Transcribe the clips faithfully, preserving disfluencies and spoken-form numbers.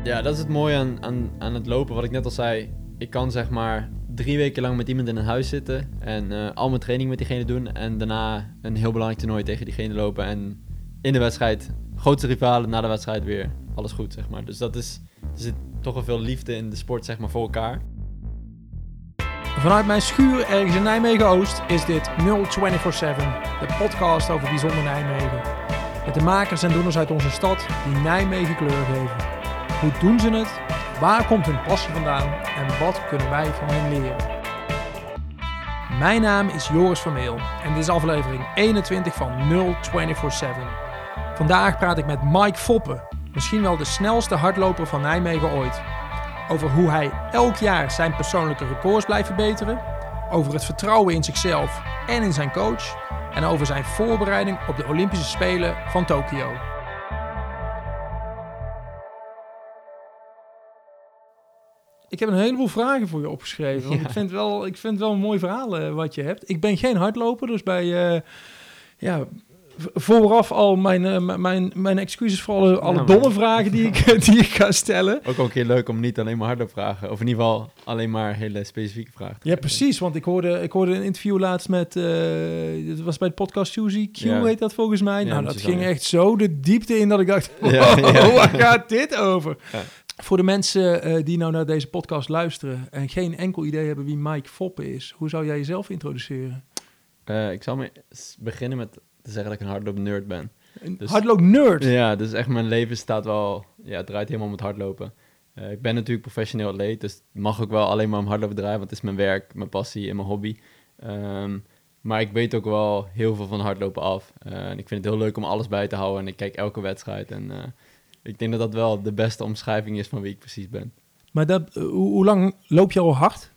Ja, dat is het mooie aan, aan, aan het lopen. Wat ik net al zei, ik kan zeg maar drie weken lang met iemand in een huis zitten en uh, al mijn training met diegene doen en daarna een heel belangrijk toernooi tegen diegene lopen en in de wedstrijd, grootste rivalen, na de wedstrijd weer alles goed, zeg maar. Dus dat is, er zit toch wel veel liefde in de sport, zeg maar, voor elkaar. Vanuit mijn schuur ergens in Nijmegen-Oost is dit nul vierentwintig zeven, de podcast over bijzonder Nijmegen. Met de makers en doeners uit onze stad die Nijmegen kleur geven. Hoe doen ze het? Waar komt hun passie vandaan? En wat kunnen wij van hen leren? Mijn naam is Joris Vermeel en dit is aflevering eenentwintig van nul vierentwintig zeven. Vandaag praat ik met Mike Foppe, misschien wel de snelste hardloper van Nijmegen ooit. Over hoe hij elk jaar zijn persoonlijke records blijft verbeteren. Over het vertrouwen in zichzelf en in zijn coach. En over zijn voorbereiding op de Olympische Spelen van Tokio. Ik heb een heleboel vragen voor je opgeschreven. Want ja. ik, vind wel, ik vind wel een mooi verhaal uh, wat je hebt. Ik ben geen hardloper, dus bij... Uh, ja, vooraf al mijn, uh, mijn, mijn excuses voor alle, alle nou, domme vragen die ik, die ik ga stellen. Ook al een keer leuk om niet alleen maar hardloopvragen, of in ieder geval alleen maar hele specifieke vragen te Ja, precies, want ik hoorde, ik hoorde een interview laatst met, uh, het was bij de podcast Suzy Q, ja. heet dat volgens mij. Ja, nou, dat ging echt zo de diepte in dat ik dacht, wow, ja, ja, ja. waar gaat dit over? Ja. Voor de mensen uh, die nou naar deze podcast luisteren en geen enkel idee hebben wie Mike Foppe is, hoe zou jij jezelf introduceren? Uh, ik zal me beginnen met te zeggen dat ik een hardloop-nerd ben. Een dus, hardloop-nerd? Ja, dus echt mijn leven staat wel... Ja, het draait helemaal om het hardlopen. Uh, ik ben natuurlijk professioneel atleet, dus het mag ook wel alleen maar om hardlopen draaien, want het is mijn werk, mijn passie en mijn hobby. Um, maar ik weet ook wel heel veel van hardlopen af. Uh, en ik vind het heel leuk om alles bij te houden en ik kijk elke wedstrijd. En uh, ik denk dat dat wel de beste omschrijving is van wie ik precies ben. Maar dat, uh, hoe, hoe lang loop je al hard?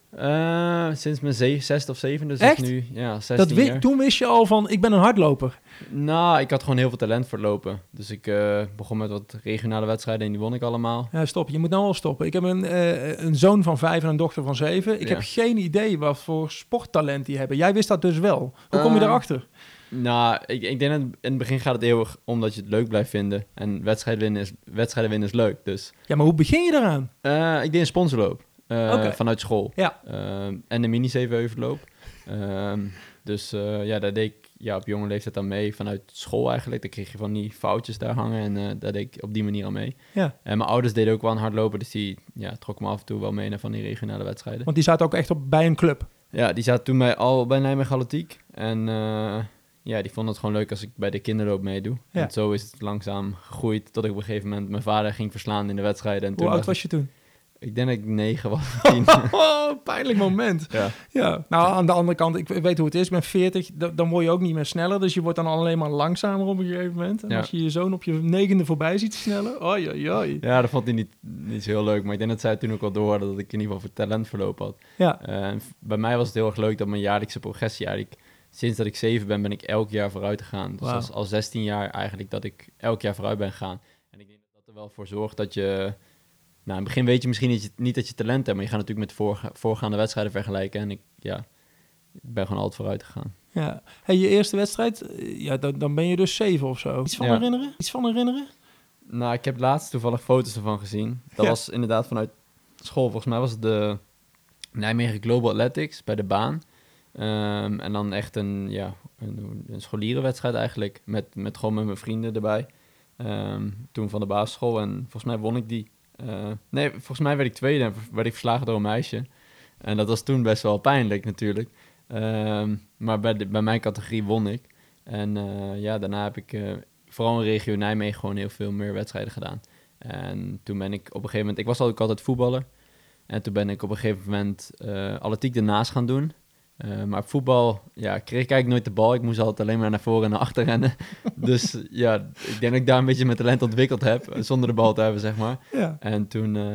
Uh, sinds mijn ze- zesde of zevende, dus echt? nu ja, zestien dat wi- jaar. Toen wist je al van, ik ben een hardloper. Nou, ik had gewoon heel veel talent voor het lopen. Dus ik uh, begon met wat regionale wedstrijden en die won ik allemaal. Ja, stop. Je moet nou al stoppen. Ik heb een, uh, een zoon van vijf en een dochter van zeven. Ik ja. heb geen idee wat voor sporttalent die hebben. Jij wist dat dus wel. Hoe kom je uh, daarachter? Nou, ik, ik denk dat in het begin gaat het heel erg om dat je het leuk blijft vinden. En wedstrijden winnen is, wedstrijden winnen is leuk, dus... Ja, maar hoe begin je daaraan? Uh, ik deed een sponsorloop. Uh, okay. Vanuit school. Ja. Uh, en de mini-zevenheuvelloop. Uh, dus uh, ja, daar deed ik ja, op jonge leeftijd aan mee. Vanuit school eigenlijk. Dan kreeg je van die foutjes daar hangen. En uh, daar deed ik op die manier aan mee. Ja. En mijn ouders deden ook wel aan hardlopen. Dus die ja, trokken me af en toe wel mee naar van die regionale wedstrijden. Want die zaten ook echt op, bij een club? Ja, die zaten toen bij, al bij Nijmegen Atletiek. En uh, ja, die vonden het gewoon leuk als ik bij de kinderloop meedoe. Ja. En zo is het langzaam gegroeid. Tot ik op een gegeven moment mijn vader ging verslaan in de wedstrijden. En Hoe oud was, was je toen? Ik denk dat ik negen was. tien. Oh, pijnlijk moment. Ja. ja. Nou, aan de andere kant, ik weet hoe het is. Ik ben veertig, d- dan word je ook niet meer sneller. Dus je wordt dan alleen maar langzamer op een gegeven moment. En ja. als je je zoon op je negende voorbij ziet snellen, oi, oi, oi. Ja, dat vond hij niet, niet zo heel leuk. Maar ik denk dat zij toen ook wel door hadden dat ik in ieder geval voor talent verlopen had. Ja. Uh, bij mij was het heel erg leuk dat mijn jaarlijkse progressie eigenlijk... Sinds dat ik zeven ben, ben ik elk jaar vooruit gegaan. Dus wow. als, al zestien jaar eigenlijk dat ik elk jaar vooruit ben gegaan. En ik denk dat dat er wel voor zorgt dat je... Nou, in het begin weet je misschien niet, niet dat je talent hebt, maar je gaat natuurlijk met voorga- voorgaande wedstrijden vergelijken. En ik, ja, ik ben gewoon altijd vooruit gegaan. Ja. Hey, je eerste wedstrijd, ja, dan, dan ben je dus zeven of zo. Iets van ja. herinneren? Iets van herinneren? Nou, ik heb laatst toevallig foto's ervan gezien. Dat ja. was inderdaad vanuit school. Volgens mij was het de Nijmegen Global Athletics bij de baan. Um, en dan echt een, ja, een, een scholierenwedstrijd eigenlijk. Met, met gewoon met mijn vrienden erbij. Um, toen van de basisschool. En volgens mij won ik die. Uh, nee, volgens mij werd ik tweede en werd ik verslagen door een meisje. En dat was toen best wel pijnlijk natuurlijk. Um, maar bij, de, bij mijn categorie won ik. En uh, ja, daarna heb ik uh, vooral in de regio Nijmegen gewoon heel veel meer wedstrijden gedaan. En toen ben ik op een gegeven moment... Ik was ook altijd voetballer. En toen ben ik op een gegeven moment uh, atletiek ernaast gaan doen. Uh, maar op voetbal ja, kreeg ik eigenlijk nooit de bal. Ik moest altijd alleen maar naar voren en naar achter rennen. Dus ja, ik denk dat ik daar een beetje mijn talent ontwikkeld heb. Zonder de bal te hebben, zeg maar. Ja. En toen... Uh,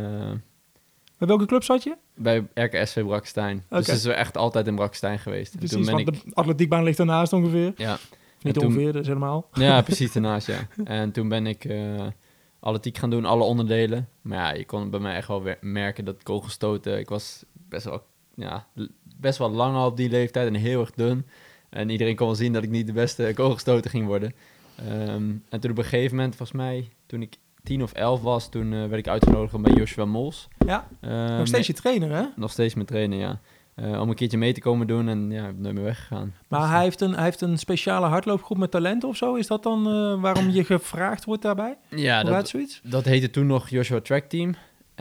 bij welke club zat je? Bij R K S V Brakkenstein. Okay. Dus het is echt altijd in Brakkenstein geweest. Precies, en toen ben want ik... de atletiekbaan ligt ernaast ongeveer. Ja. Niet toen... ongeveer, dus helemaal. Ja, precies ernaast, ja. En toen ben ik uh, atletiek gaan doen, alle onderdelen. Maar ja, je kon bij mij echt wel merken dat kogelstoten... Ik was best wel... Ja, best wel lang al op die leeftijd en heel erg dun. En iedereen kon wel zien dat ik niet de beste kogelstoter ging worden. Um, en toen op een gegeven moment, volgens mij, toen ik tien of elf was, toen uh, werd ik uitgenodigd bij Joshua Mols. Ja, uh, nog steeds je trainer, hè? Nog steeds mijn trainer, ja. Uh, om een keertje mee te komen doen en ja, ik ben nooit meer weggegaan. Maar dus, hij, heeft een, hij heeft een speciale hardloopgroep met talenten of zo? Is dat dan uh, waarom je gevraagd wordt daarbij? Ja, Hoe dat, gaat zoiets? dat heette toen nog Joshua Track Team.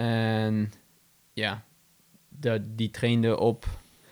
En ja, de, die trainde op,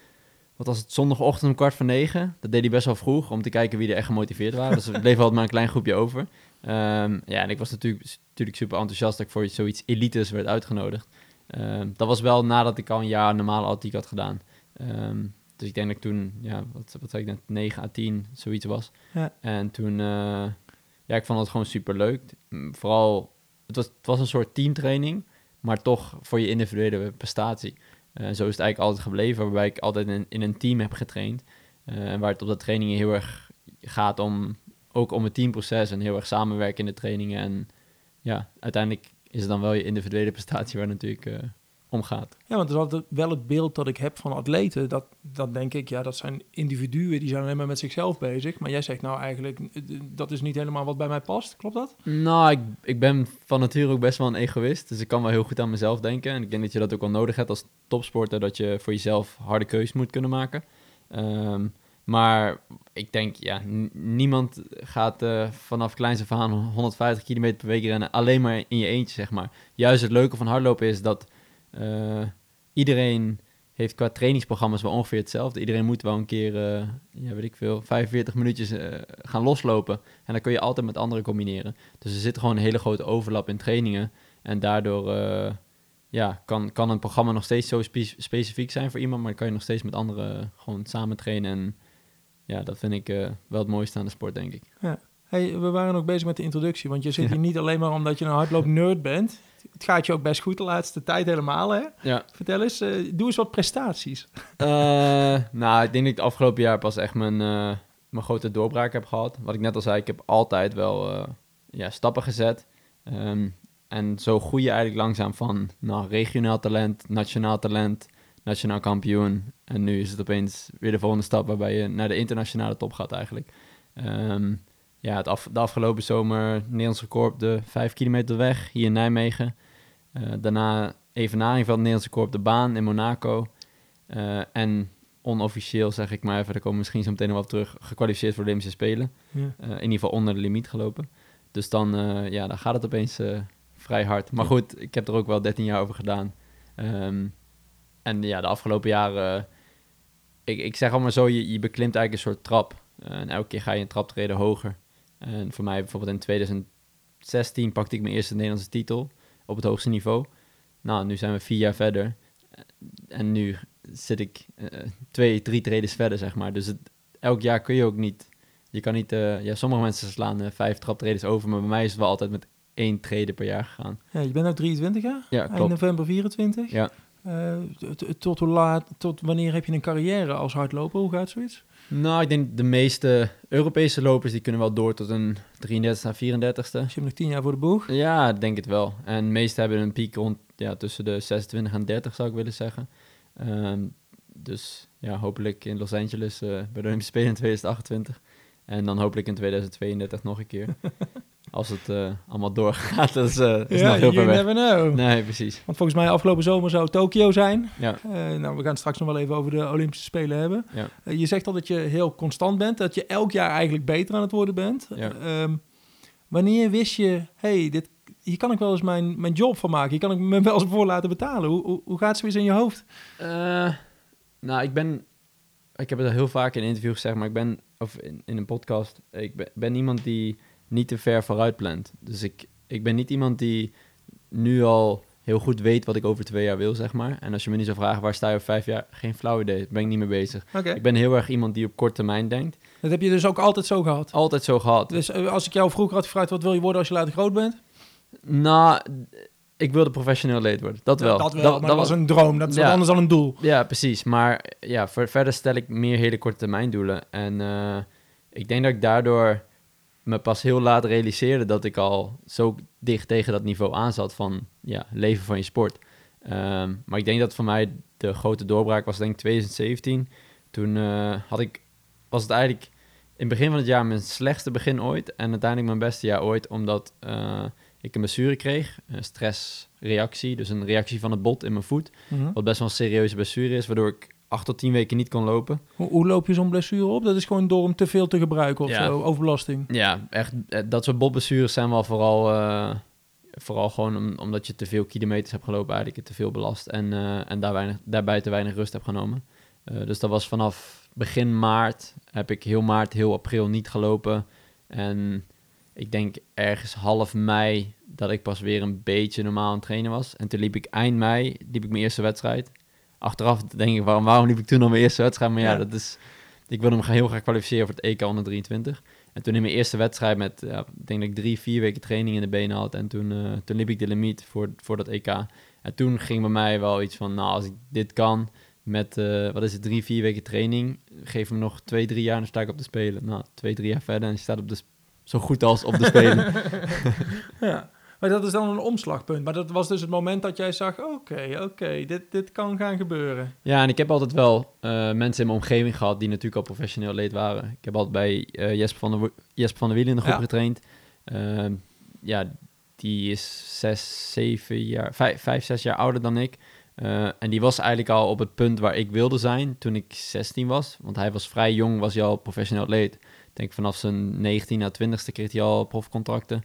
wat was het, zondagochtend om kwart voor negen. Dat deed hij best wel vroeg, om te kijken wie er echt gemotiveerd waren. Dus er bleef altijd maar een klein groepje over. Um, ja, en ik was natuurlijk, natuurlijk super enthousiast dat ik voor zoiets elites werd uitgenodigd. Um, dat was wel nadat ik al een jaar normale atletiek had gedaan. Um, dus ik denk dat ik toen, ja, wat, wat zei ik net, negen à tien, zoiets was. Ja. En toen, uh, ja, ik vond het gewoon super leuk. Vooral, het was, het was een soort teamtraining, maar toch voor je individuele prestatie. Uh, zo is het eigenlijk altijd gebleven, waarbij ik altijd in, in een team heb getraind. Uh, en waar het op de trainingen heel erg gaat om, ook om het teamproces en heel erg samenwerken in de trainingen. En ja, uiteindelijk is het dan wel je individuele prestatie waar het natuurlijk uh, om gaat. Ja, want dat is altijd wel het beeld dat ik heb van atleten. Dat, dat denk ik, ja, dat zijn individuen, die zijn alleen maar met zichzelf bezig. Maar jij zegt nou eigenlijk, dat is niet helemaal wat bij mij past. Klopt dat? Nou, ik, ik ben van nature ook best wel een egoïst. Dus ik kan wel heel goed aan mezelf denken. En ik denk dat je dat ook wel nodig hebt als topsporter, dat je voor jezelf harde keuzes moet kunnen maken. Um, maar ik denk, ja, n- niemand gaat uh, vanaf kleins af aan honderdvijftig kilometer per week rennen, alleen maar in je eentje, zeg maar. Juist het leuke van hardlopen is dat uh, iedereen heeft qua trainingsprogramma's wel ongeveer hetzelfde. Iedereen moet wel een keer, uh, ja, weet ik veel, vijfenveertig minuutjes uh, gaan loslopen. En dan kun je altijd met anderen combineren. Dus er zit gewoon een hele grote overlap in trainingen. En daardoor uh, ja, kan, kan een programma nog steeds zo spe- specifiek zijn voor iemand, maar dan kan je nog steeds met anderen gewoon samen trainen. En ja, dat vind ik uh, wel het mooiste aan de sport, denk ik. Ja. Hey, we waren ook bezig met de introductie, want je zit ja. hier niet alleen maar omdat je een hardloop-nerd bent. Het gaat je ook best goed de laatste tijd helemaal, hè? Ja. Vertel eens, uh, doe eens wat prestaties. Uh, nou, ik denk dat ik het afgelopen jaar pas echt mijn, uh, mijn grote doorbraak heb gehad. Wat ik net al zei, ik heb altijd wel uh, ja, stappen gezet. Um, en zo groei je eigenlijk langzaam van nou, regionaal talent, nationaal talent, nationaal kampioen. En nu is het opeens weer de volgende stap waarbij je naar de internationale top gaat eigenlijk. Um, ja, het af, de afgelopen zomer Nederlands record op de vijf kilometer weg hier in Nijmegen. Uh, daarna evenaring van het Nederlands record op de baan in Monaco. Uh, en onofficieel, zeg ik maar even, daar komen we misschien zo meteen nog wel terug, gekwalificeerd voor de Olympische Spelen. Ja. Uh, in ieder geval onder de limiet gelopen. Dus dan, uh, ja, dan gaat het opeens uh, vrij hard. Maar ja. goed, ik heb er ook wel dertien jaar over gedaan. Um, en ja, de afgelopen jaren, uh, ik, ik zeg allemaal zo, je, je beklimt eigenlijk een soort trap. Uh, en elke keer ga je een traptreden hoger. En voor mij bijvoorbeeld in twintig zestien pakte ik mijn eerste Nederlandse titel op het hoogste niveau. Nou, nu zijn we vier jaar verder. En nu zit ik uh, twee, drie tredes verder, zeg maar. Dus het, elk jaar kun je ook niet... Je kan niet... Uh, ja, sommige mensen slaan uh, vijf traptredes over, maar bij mij is het wel altijd met één trede per jaar gegaan. Ja, je bent nu drieëntwintig jaar? Ja, klopt. Eind november vierentwintig? Ja. Uh, t- tot, hoe laat, tot wanneer heb je een carrière als hardloper? Hoe gaat zoiets? Nou, ik denk de meeste Europese lopers die kunnen wel door tot een drieëndertigste à vierendertigste. Dus je hebt nog tien jaar voor de boeg? Ja, ik denk het wel. En de meeste hebben een piek rond ja, tussen de zesentwintig en dertig, zou ik willen zeggen. Um, dus ja, hopelijk in Los Angeles uh, bij de Olympische Spelen in twintig achtentwintig. En dan hopelijk in twintig tweeëndertig nog een keer. Als het uh, allemaal doorgaat, dat is, uh, is ja, nog heel ver weg. Never know. Nee, precies. Want volgens mij afgelopen zomer zou Tokio zijn. Ja. Uh, nou, we gaan het straks nog wel even over de Olympische Spelen hebben. Ja. Uh, je zegt al dat je heel constant bent, dat je elk jaar eigenlijk beter aan het worden bent. Ja. Uh, um, wanneer wist je, hey, dit, hier kan ik wel eens mijn, mijn job van maken. Hier kan ik me wel eens voor laten betalen. Hoe, hoe, hoe gaat het zoiets in je hoofd? Uh, nou, ik ben... Ik heb het al heel vaak in een interview gezegd, maar ik ben... Of in, in een podcast. Ik ben, ben iemand die niet te ver vooruit plant. Dus ik, ik ben niet iemand die nu al heel goed weet wat ik over twee jaar wil, zeg maar. En als je me nu zou vragen, waar sta je over vijf jaar? Geen flauw idee. Daar ben ik niet mee bezig. Okay. Ik ben heel erg iemand die op korte termijn denkt. Dat heb je dus ook altijd zo gehad? Altijd zo gehad. Dus als ik jou vroeger had gevraagd, wat wil je worden als je later groot bent? Nou, ik wilde professioneel atleet worden. Dat wel. Ja, dat wel, dat, maar dat dat was een droom. Dat is ja. wat anders dan een doel. Ja, precies. Maar ja, voor, verder stel ik meer hele korte termijn doelen. En uh, ik denk dat ik daardoor me pas heel laat realiseerde dat ik al zo dicht tegen dat niveau aan zat van ja, leven van je sport. Um, maar ik denk dat voor mij de grote doorbraak was denk ik twintig zeventien. Toen uh, had ik, was het eigenlijk in het begin van het jaar mijn slechtste begin ooit en uiteindelijk mijn beste jaar ooit, omdat uh, ik een blessure kreeg. Een stressreactie, dus een reactie van het bot in mijn voet. Mhm. Wat best wel een serieuze blessure is, waardoor ik acht tot tien weken niet kon lopen. Hoe, hoe loop je zo'n blessure op? Dat is gewoon door hem te veel te gebruiken of Ja. zo, overbelasting. Ja, echt, eh, dat soort botblessures zijn wel vooral, uh, vooral gewoon om, omdat je te veel kilometers hebt gelopen, eigenlijk te veel belast en, uh, en daar weinig, daarbij te weinig rust hebt genomen. Uh, dus dat was vanaf begin maart, heb ik heel maart, heel april niet gelopen. En ik denk ergens half mei dat ik pas weer een beetje normaal aan het trainen was. En toen liep ik eind mei, liep ik mijn eerste wedstrijd. Achteraf denk ik, waarom, waarom liep ik toen al mijn eerste wedstrijd? Maar ja, ja. dat is... Ik wilde me heel graag kwalificeren voor het E K onder drieëntwintig. En toen in mijn eerste wedstrijd met, ja, ik denk dat ik drie, vier weken training in de benen had. En toen, uh, toen liep ik de limiet voor, voor dat E K. En toen ging bij mij wel iets van, nou, als ik dit kan met, uh, wat is het, drie, vier weken training, geef me nog twee, drie jaar en dan sta ik op de Spelen. Nou, twee, drie jaar verder en je staat op de, zo goed als op de Spelen. Ja. Maar dat is dan een omslagpunt. Maar dat was dus het moment dat jij zag, oké, okay, oké, okay, dit, dit kan gaan gebeuren. Ja, en ik heb altijd wel uh, mensen in mijn omgeving gehad die natuurlijk al professioneel leed waren. Ik heb altijd bij uh, Jesper, van der, Jesper van der Wielen in de groep ja. getraind. Uh, ja, die is zes, zeven jaar, vijf, vijf, zes jaar ouder dan ik. Uh, en die was eigenlijk al op het punt waar ik wilde zijn toen ik zestien was. Want hij was vrij jong, was hij al professioneel atleet. Ik denk vanaf zijn negentien à twintigste kreeg hij al profcontracten.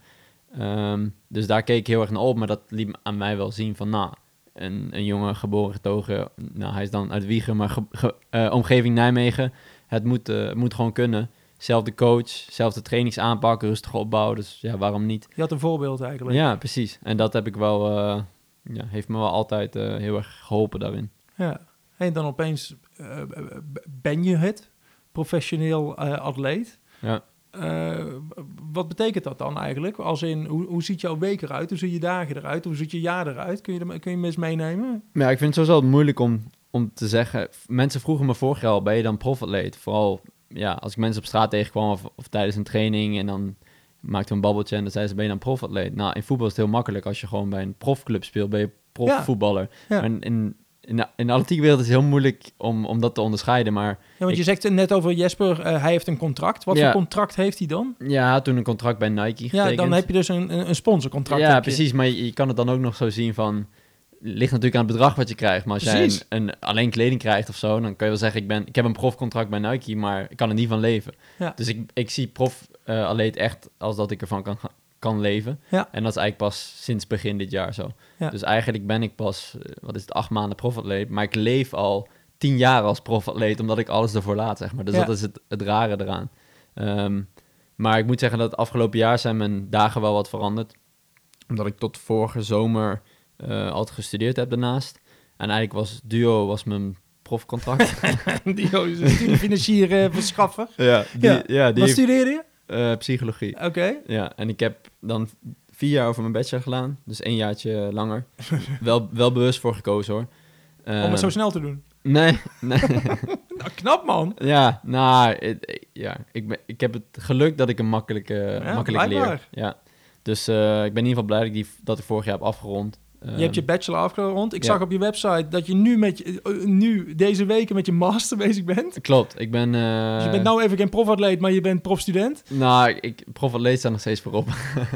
Um, dus daar keek ik heel erg naar op, maar dat liet aan mij wel zien van, nou, een, een jongen geboren getogen, nou, hij is dan uit Wijchen, maar ge, ge, uh, omgeving Nijmegen, het moet, uh, moet gewoon kunnen. Zelfde coach, zelfde trainingsaanpak, rustige opbouw, dus ja, waarom niet? Je had een voorbeeld eigenlijk. Ja, precies. En dat heb ik wel, uh, ja, heeft me wel altijd uh, heel erg geholpen daarin. Ja, en dan opeens uh, ben je het, professioneel uh, atleet. Ja. Uh, wat betekent dat dan eigenlijk? Als in, hoe, hoe ziet jouw week eruit? Hoe zien je dagen eruit? Hoe ziet je jaar eruit? Kun je, de, kun je me eens meenemen? Ja, ik vind het sowieso moeilijk om, om te zeggen. Mensen vroegen me vorig jaar al, ben je dan profatleet? Vooral ja, als ik mensen op straat tegenkwam of, of tijdens een training en dan maakte een babbeltje en dan zeiden ze, ben je dan profatleet? Nou, in voetbal is het heel makkelijk. Als je gewoon bij een profclub speelt, ben je profvoetballer. Ja. Ja. En in, in, de, in de atletiekwereld is het heel moeilijk om, om dat te onderscheiden, maar... Ja, want ik, je zegt net over Jesper, uh, hij heeft een contract. Wat ja. voor contract heeft hij dan? Ja, toen een contract bij Nike getekend. Ja, dan heb je dus een, een sponsorcontract. Ja, precies, maar je, je kan het dan ook nog zo zien van... ligt natuurlijk aan het bedrag wat je krijgt. Maar als precies. jij een, een alleen kleding krijgt of zo, dan kan je wel zeggen, ik, ben, ik heb een profcontract bij Nike, maar ik kan er niet van leven. Ja. Dus ik, ik zie prof-atleet uh, echt als dat ik ervan kan gaan. kan leven. Ja. En dat is eigenlijk pas sinds begin dit jaar zo. Ja. Dus eigenlijk ben ik pas, wat is het, acht maanden profatleet, maar ik leef al tien jaar als profatleet, omdat ik alles ervoor laat, zeg maar. Dus ja. dat is het, het rare eraan. Um, maar ik moet zeggen dat het afgelopen jaar zijn mijn dagen wel wat veranderd. Omdat ik tot vorige zomer uh, altijd gestudeerd heb daarnaast. En eigenlijk was Duo was mijn profcontract. Duo is een studiefinancier uh, verschaffer. Ja, die, ja. ja die Wat studeerde je? Uh, psychologie. Oké. Okay. Ja, en ik heb dan vier jaar over mijn bachelor gedaan. Dus één jaartje langer. wel, wel bewust voor gekozen, hoor. Uh, Om het zo snel te doen? Nee, nee. Nou, knap, man. Ja, nou, it, ja, ik, ben, ik heb het geluk dat ik een makkelijke, ja, makkelijk leer. Ja. Dus uh, ik ben in ieder geval blij dat ik, die, dat ik vorig jaar heb afgerond. Je hebt je bachelor afgerond. Ik ja. zag op je website dat je nu, met je, uh, nu deze weken met je master bezig bent. Klopt, ik ben... Uh... Dus je bent nou even geen profatleet, maar je bent profstudent? Nou, ik, profatleet staat nog steeds voorop.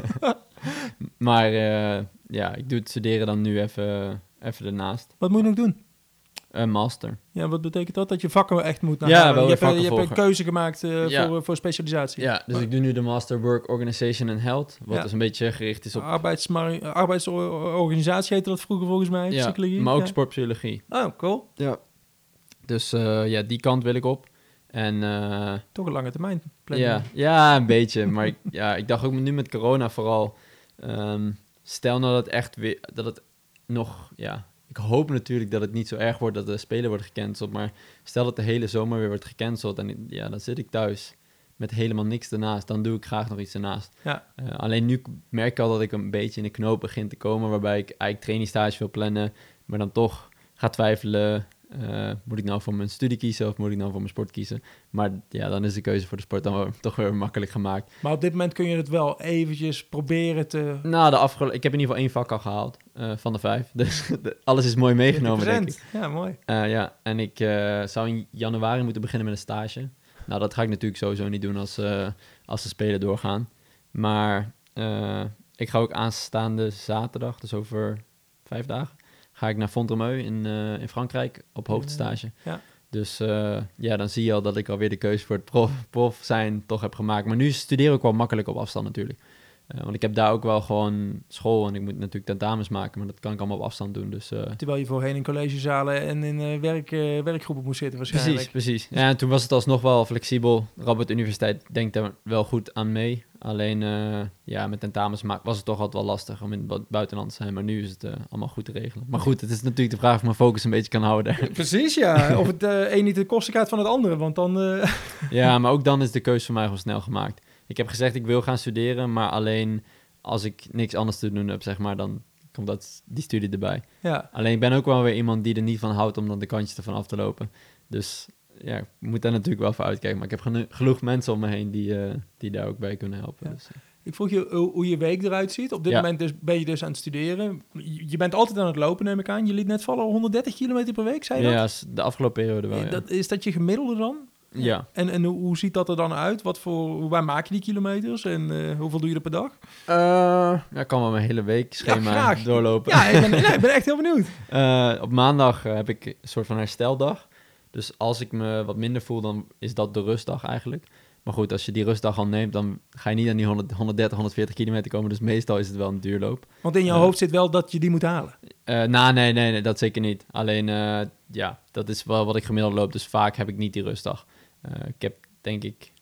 Maar uh, ja, ik doe het studeren dan nu even, even ernaast. Wat moet je nog doen? Een master. Ja, wat betekent dat? Dat je vakken echt moet naar ja, wel je, hebt, je hebt een keuze gemaakt uh, ja. voor, voor specialisatie. Ja, dus oh. ik doe nu de Master Work Organization and Health. Wat ja. dus een beetje gericht is op... Arbeidsmar- arbeidsorganisatie heette dat vroeger volgens mij. Ja, maar ook ja. sportpsychologie. Oh, cool. Ja. Dus uh, ja, die kant wil ik op. En, uh, toch een lange termijn planning. Ja, ja, een beetje. Maar ik, ja, ik dacht ook nu met corona vooral... Um, stel nou dat het echt weer... Dat het nog... ja. Ik hoop natuurlijk dat het niet zo erg wordt dat de Spelen worden gecanceld. Maar stel dat de hele zomer weer wordt gecanceld. En ja, dan zit ik thuis met helemaal niks ernaast. Dan doe ik graag nog iets ernaast. Ja. Uh, alleen nu merk ik al dat ik een beetje in de knoop begin te komen. Waarbij ik eigenlijk trainingstage wil plannen. Maar dan toch ga twijfelen. Uh, moet ik nou voor mijn studie kiezen of moet ik nou voor mijn sport kiezen? Maar ja, dan is de keuze voor de sport dan wel, toch weer makkelijk gemaakt. Maar op dit moment kun je het wel eventjes proberen te... Nou, de afgelo- ik heb in ieder geval één vak al gehaald uh, van de vijf. Dus de, alles is mooi meegenomen, denk ik. Ja, mooi. Uh, ja, en ik uh, zou in januari moeten beginnen met een stage. Nou, dat ga ik natuurlijk sowieso niet doen als, uh, als de Spelen doorgaan. Maar uh, ik ga ook aanstaande zaterdag, dus over vijf dagen, ga ik naar Font-Romeu in, uh, in Frankrijk op hoofdstage. Ja. Dus uh, ja, dan zie je al dat ik alweer de keuze voor het prof, prof zijn toch heb gemaakt. Maar nu studeer ik wel makkelijk op afstand natuurlijk. Uh, want ik heb daar ook wel gewoon school en ik moet natuurlijk tentamens maken, maar dat kan ik allemaal op afstand doen. Dus, uh... Terwijl je voorheen in collegezalen en in uh, werk, uh, werkgroepen moest zitten waarschijnlijk. Precies, precies. Ja, en toen was het alsnog wel flexibel. Radboud Universiteit denkt er wel goed aan mee. Alleen uh, ja, met tentamens was het toch altijd wel lastig om in het buitenland te zijn. Maar nu is het uh, allemaal goed te regelen. Maar goed, het is natuurlijk de vraag of mijn focus een beetje kan houden. Precies, ja. Of het uh, een niet de kosten gaat van het andere, want dan... Uh... Ja, maar ook dan is de keuze voor mij gewoon snel gemaakt. Ik heb gezegd, ik wil gaan studeren, maar alleen als ik niks anders te doen heb, zeg maar, dan komt dat, die studie erbij. Ja. Alleen ik ben ook wel weer iemand die er niet van houdt om dan de kantjes ervan af te lopen. Dus ja, ik moet daar natuurlijk wel voor uitkijken. Maar ik heb geno- genoeg mensen om me heen die, uh, die daar ook bij kunnen helpen. Ja. Dus, uh. Ik vroeg je hoe, hoe je week eruit ziet. Op dit Ja. moment dus, ben je dus aan het studeren. Je, je bent altijd aan het lopen, neem ik aan. Je liet net vallen honderddertig kilometer per week, zei je Ja, dat? de afgelopen periode wel, ja. Dat, is dat je gemiddelde dan? Ja. En, en hoe, hoe ziet dat er dan uit? Wat voor, waar maak je die kilometers? En uh, hoeveel doe je er per dag? Uh, ja, ik kan wel mijn hele week schema ja, doorlopen. Ja, ik ben, nee, ik ben echt heel benieuwd. Uh, op maandag uh, heb ik een soort van hersteldag. Dus als ik me wat minder voel, dan is dat de rustdag eigenlijk. Maar goed, als je die rustdag al neemt, dan ga je niet aan die honderd, honderddertig, honderdveertig kilometer komen. Dus meestal is het wel een duurloop. Want in jouw uh, hoofd zit wel dat je die moet halen. Uh, nou, nee, nee, nee, dat zeker niet. Alleen, uh, ja, dat is wel wat ik gemiddeld loop. Dus vaak heb ik niet die rustdag. Uh, ik heb, denk ik,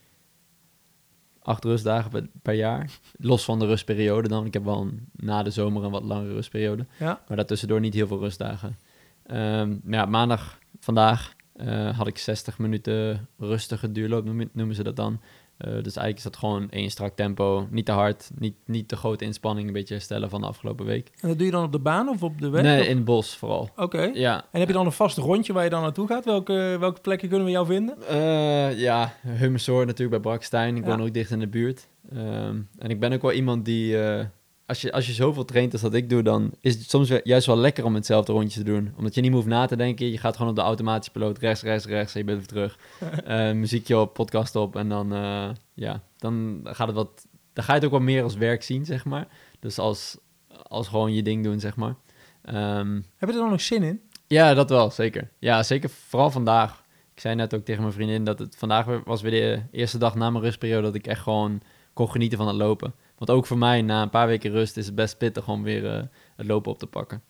acht rustdagen per, per jaar. Los van de rustperiode dan. Ik heb wel een, na de zomer een wat langere rustperiode. Ja. Maar daartussendoor niet heel veel rustdagen. Um, ja, maandag, vandaag, uh, had ik zestig minuten rustige duurloop, noemen ze dat dan. Uh, dus eigenlijk is dat gewoon één strak tempo. Niet te hard, niet, niet te grote inspanning. Een beetje herstellen van de afgelopen week. En dat doe je dan op de baan of op de weg? Nee, of? in het bos vooral. Oké. Okay. Ja. En heb je dan een vast rondje waar je dan naartoe gaat? Welke, welke plekken kunnen we jou vinden? Uh, ja, Hummersoort natuurlijk bij Brakstein. Ik ja. woon ook dicht in de buurt. Um, en ik ben ook wel iemand die... Uh, als, je, als je zoveel traint als dat ik doe, dan is het soms juist wel lekker om hetzelfde rondje te doen. Omdat je niet hoeft na te denken. Je gaat gewoon op de automatische piloot rechts, rechts, rechts en je bent weer terug. uh, muziekje op, podcast op en dan, uh, ja, dan gaat het wat... Dan ga je het ook wel meer als werk zien, zeg maar. Dus als, als gewoon je ding doen, zeg maar. Um, Heb je er dan nog zin in? Ja, dat wel, zeker. Ja, zeker vooral vandaag. Ik zei net ook tegen mijn vriendin dat het vandaag was weer de eerste dag na mijn rustperiode dat ik echt gewoon kon genieten van het lopen. Want ook voor mij, na een paar weken rust, is het best pittig om weer uh, het lopen op te pakken.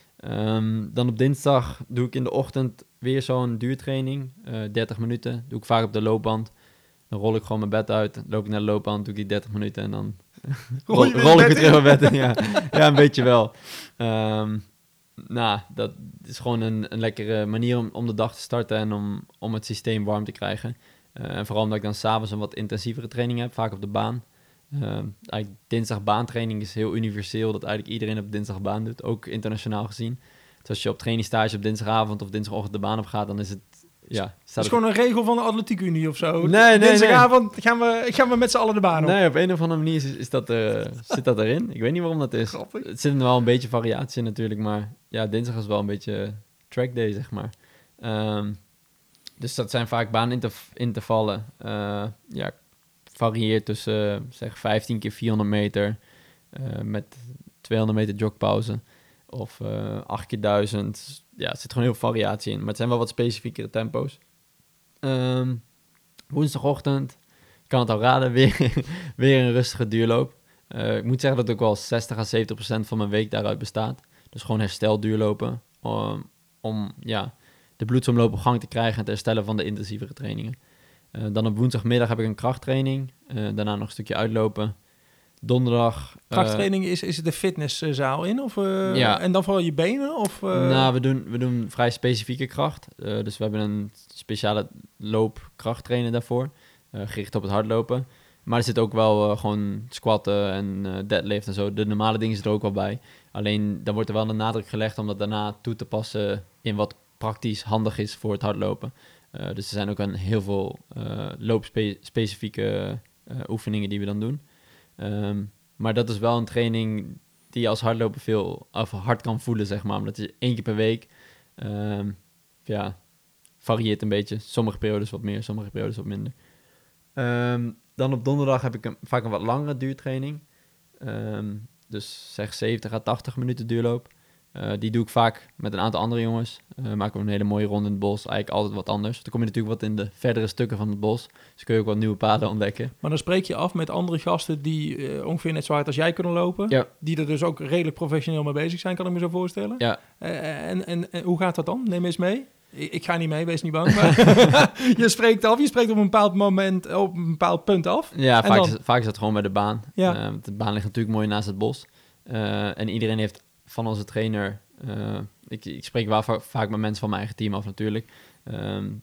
Um, dan op dinsdag doe ik in de ochtend weer zo'n duurtraining. Uh, dertig minuten. Doe ik vaak op de loopband. Dan rol ik gewoon mijn bed uit. Loop ik naar de loopband, doe ik die dertig minuten en dan rol, rol, rol ik weer terug mijn bed in. Ja. ja, een beetje wel. Um, nou, dat is gewoon een, een lekkere manier om, om de dag te starten en om, om het systeem warm te krijgen. Uh, en vooral omdat ik dan s'avonds een wat intensievere training heb, vaak op de baan. Uh, eigenlijk dinsdag baantraining is heel universeel, dat eigenlijk iedereen op dinsdag baan doet, ook internationaal gezien. Dus als je op trainingstage op dinsdagavond of dinsdagochtend de baan op gaat, dan is het... Ja, dat is gewoon een regel van de Atletiek Unie of zo. Nee, nee, Dinsdagavond nee. gaan we, gaan we met z'n allen de baan op. Nee, op een of andere manier is, is dat, uh, zit dat erin. Ik weet niet waarom dat is. Grappig. Het zit er wel een beetje variatie in natuurlijk, maar ja, dinsdag is wel een beetje track day, zeg maar. Um, dus dat zijn vaak baanintervallen. Uh, ja, varieert tussen uh, zeg vijftien keer vierhonderd meter uh, met tweehonderd meter jogpauze of uh, acht keer duizend. Ja, er zit gewoon heel veel variatie in, maar het zijn wel wat specifiekere tempo's. Um, woensdagochtend, ik kan het al raden, weer, weer een rustige duurloop. Uh, ik moet zeggen dat ook wel zestig à zeventig procent van mijn week daaruit bestaat. Dus gewoon herstelduurlopen om, om ja, de bloedsomloop op gang te krijgen en te herstellen van de intensievere trainingen. Uh, dan op woensdagmiddag heb ik een krachttraining. Uh, daarna nog een stukje uitlopen. Donderdag... Krachttraining, uh, is, is het de fitnesszaal in? Of, uh, ja. En dan vooral je benen? Of, uh... Nou, we doen, we doen vrij specifieke kracht. Uh, dus we hebben een speciale loopkrachttrainer daarvoor. Uh, gericht op het hardlopen. Maar er zit ook wel uh, gewoon squatten en uh, deadlift en zo. De normale dingen zitten er ook wel bij. Alleen dan wordt er wel de nadruk gelegd om dat daarna toe te passen in wat praktisch handig is voor het hardlopen. Uh, dus er zijn ook een heel veel uh, loopspecifieke uh, oefeningen die we dan doen. Um, maar dat is wel een training die je als hardloper veel of hard kan voelen, zeg maar. Omdat je één keer per week, um, ja, varieert een beetje. Sommige periodes wat meer, sommige periodes wat minder. Um, dan op donderdag heb ik een, vaak een wat langere duurtraining. Um, dus zeg zeventig à tachtig minuten duurloop. Uh, die doe ik vaak met een aantal andere jongens. Uh, maken we een hele mooie ronde in het bos. Eigenlijk altijd wat anders. Dan kom je natuurlijk wat in de verdere stukken van het bos. Dus kun je ook wat nieuwe paden ontdekken. Maar dan spreek je af met andere gasten die uh, ongeveer net zo hard als jij kunnen lopen. Ja. Die er dus ook redelijk professioneel mee bezig zijn, kan ik me zo voorstellen. Ja. Uh, en, en, en hoe gaat dat dan? Neem eens mee. Ik, ik ga niet mee, wees niet bang. Maar je spreekt af, je spreekt op een bepaald moment, op een bepaald punt af. Ja, vaak, dan... is, vaak is dat gewoon bij de baan. Ja. Uh, de baan ligt natuurlijk mooi naast het bos. Uh, en iedereen heeft van onze trainer... Uh, ik, ik spreek wel va- vaak met mensen van mijn eigen team af natuurlijk. Um,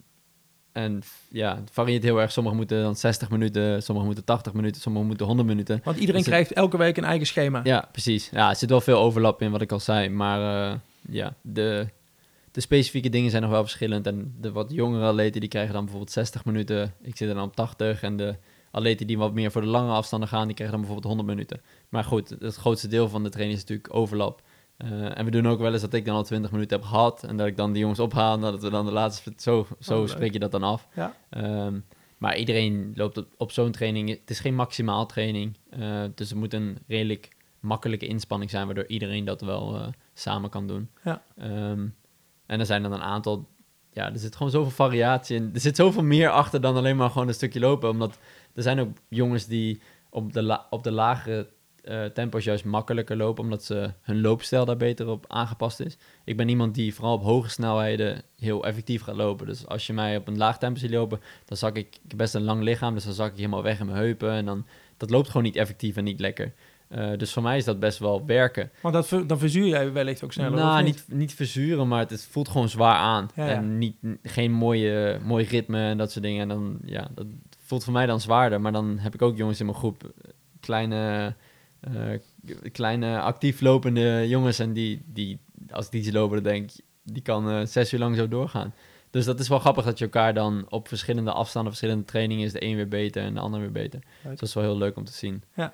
en ja, het varieert heel erg. Sommigen moeten dan zestig minuten, sommigen moeten tachtig minuten, sommigen moeten honderd minuten. Want iedereen dus krijgt het... elke week een eigen schema. Ja, precies. Ja, er zit wel veel overlap in wat ik al zei. Maar uh, ja, de, de specifieke dingen zijn nog wel verschillend. En de wat jongere atleten die krijgen dan bijvoorbeeld zestig minuten. Ik zit er dan op tachtig. En de atleten die wat meer voor de lange afstanden gaan, die krijgen dan bijvoorbeeld honderd minuten. Maar goed, het grootste deel van de training is natuurlijk overlap. Uh, en we doen ook wel eens dat ik dan al twintig minuten heb gehad en dat ik dan die jongens ophaal en dat we dan de laatste... Zo, zo oh, spreek je dat dan af. Ja. Um, maar iedereen loopt op, op zo'n training. Het is geen maximaal training. Uh, dus het moet een redelijk makkelijke inspanning zijn, waardoor iedereen dat wel uh, samen kan doen. Ja. Um, en er zijn dan een aantal... Ja, er zit gewoon zoveel variatie in. Er zit zoveel meer achter dan alleen maar gewoon een stukje lopen. Omdat er zijn ook jongens die op de, la- op de lagere... Uh, tempo's juist makkelijker lopen, omdat ze hun loopstijl daar beter op aangepast is. Ik ben iemand die vooral op hoge snelheden heel effectief gaat lopen. Dus als je mij op een laag tempo ziet lopen, dan zak ik, ik heb best een lang lichaam, dus dan zak ik helemaal weg in mijn heupen en dan, dat loopt gewoon niet effectief en niet lekker. Uh, dus voor mij is dat best wel werken. Maar dat, dan verzuur jij wellicht ook sneller, Nou, of niet? niet, niet verzuren, maar het, het voelt gewoon zwaar aan. Ja, ja. En niet, geen mooie, mooi ritme en dat soort dingen. En dan, ja, dat voelt voor mij dan zwaarder. Maar dan heb ik ook jongens in mijn groep, kleine... Uh, kleine actief lopende jongens en die, die als ik die zie lopen, dan denk ik, die kan uh, zes uur lang zo doorgaan. Dus dat is wel grappig dat je elkaar dan op verschillende afstanden, verschillende trainingen is de een weer beter en de ander weer beter. Dus dat is wel heel leuk om te zien. Ja,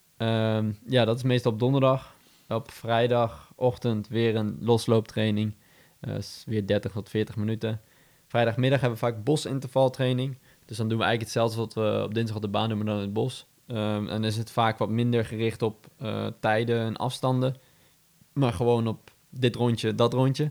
um, ja dat is meestal op donderdag. Op vrijdagochtend weer een loslooptraining. Uh, is weer dertig tot veertig minuten. Vrijdagmiddag hebben we vaak bosintervaltraining. Dus dan doen we eigenlijk hetzelfde wat we op dinsdag op de baan doen, maar dan in het bos. Um, en dan is het vaak wat minder gericht op uh, tijden en afstanden. Maar gewoon op dit rondje, dat rondje.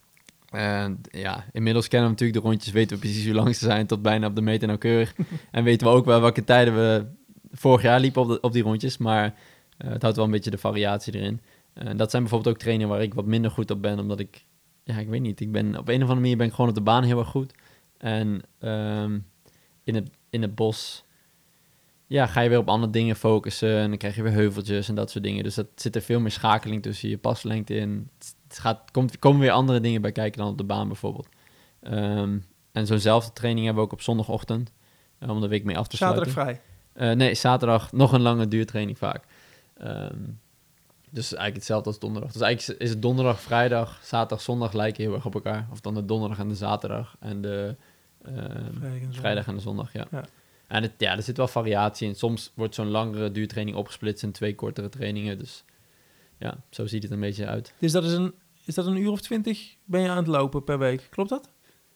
En ja, inmiddels kennen we natuurlijk de rondjes. Weten we precies hoe lang ze zijn, tot bijna op de meter nauwkeurig. En weten we ook wel welke tijden we vorig jaar liepen op, de, op die rondjes. Maar uh, het houdt wel een beetje de variatie erin. En uh, dat zijn bijvoorbeeld ook trainingen waar ik wat minder goed op ben. Omdat ik, ja, ik weet niet. Ik ben, op een of andere manier ben ik gewoon op de baan heel erg goed. En um, in, het, in het bos... Ja, ga je weer op andere dingen focussen en dan krijg je weer heuveltjes en dat soort dingen. Dus dat zit er veel meer schakeling tussen je paslengte in. Het gaat, komt, komen weer andere dingen bij kijken dan op de baan bijvoorbeeld. Um, en zo'nzelfde training hebben we ook op zondagochtend, uh, om de week mee af te sluiten. Zaterdag vrij? Uh, nee, zaterdag nog een lange duurtraining vaak. Um, dus eigenlijk hetzelfde als donderdag. Dus eigenlijk is het donderdag, vrijdag, zaterdag, zondag lijken heel erg op elkaar. Of dan de donderdag en de zaterdag en de uh, vrijdag, en vrijdag en de zondag, ja. ja. En het, ja, er zit wel variatie in. Soms wordt zo'n langere duurtraining opgesplitst in twee kortere trainingen. Dus ja, zo ziet het een beetje uit. Dus dat is een, is dat een uur of twintig ben je aan het lopen per week? Klopt dat?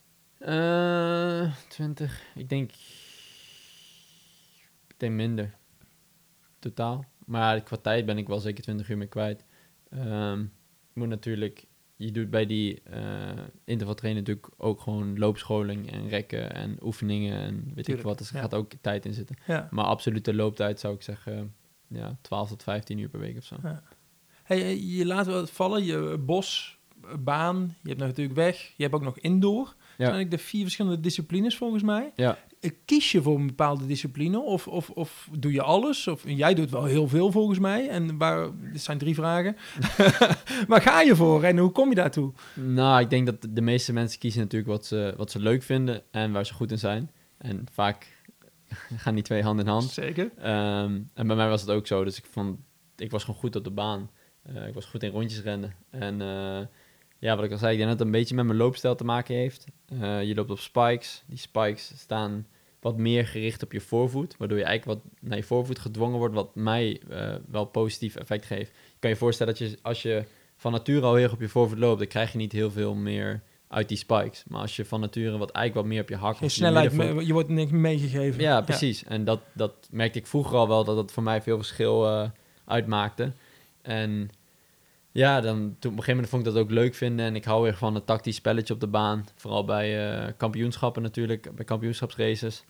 Uh, twintig, ik denk... Ik denk minder. Totaal. Maar qua tijd ben ik wel zeker twintig uur mee kwijt. Um, ik moet natuurlijk... Je doet bij die uh, intervaltraining natuurlijk ook gewoon loopscholing en rekken en oefeningen en weet Tuurlijk, ik wat. Dus er ja. gaat ook tijd in zitten. Ja. Maar absolute looptijd zou ik zeggen ja, twaalf tot vijftien uur per week of zo. Ja. Hey, je laat wel vallen, je bos, baan, je hebt natuurlijk weg, je hebt ook nog indoor. Ja. Dat zijn eigenlijk de vier verschillende disciplines volgens mij. Ja. Kies je voor een bepaalde discipline of, of, of doe je alles? Of, jij doet wel heel veel volgens mij. En waar, dit zijn drie vragen. Waar ga je voor en hoe kom je daartoe? Nou, ik denk dat de meeste mensen kiezen natuurlijk wat ze, wat ze leuk vinden en waar ze goed in zijn. En vaak gaan die twee hand in hand. Zeker. Um, en bij mij was het ook zo. Dus ik vond, ik was gewoon goed op de baan. Uh, ik was goed in rondjes rennen. En uh, ja, wat ik al zei, ik denk dat het een beetje met mijn loopstijl te maken heeft. Uh, je loopt op spikes. Die spikes staan wat meer gericht op je voorvoet, waardoor je eigenlijk wat naar je voorvoet gedwongen wordt, wat mij uh, wel positief effect geeft. Je kan je voorstellen dat je, als je van nature al heel erg op je voorvoet loopt, dan krijg je niet heel veel meer uit die spikes. Maar als je van nature wat eigenlijk wat meer op je hak... Je snelheid, je, je wordt niks meegegeven. Ja, precies. Ja. En dat, dat merkte ik vroeger al wel, dat dat voor mij veel verschil uh, uitmaakte. En ja, dan, toen, op een gegeven moment vond ik dat ook leuk vinden. En ik hou weer van het tactisch spelletje op de baan. Vooral bij uh, kampioenschappen natuurlijk, bij kampioenschapsraces.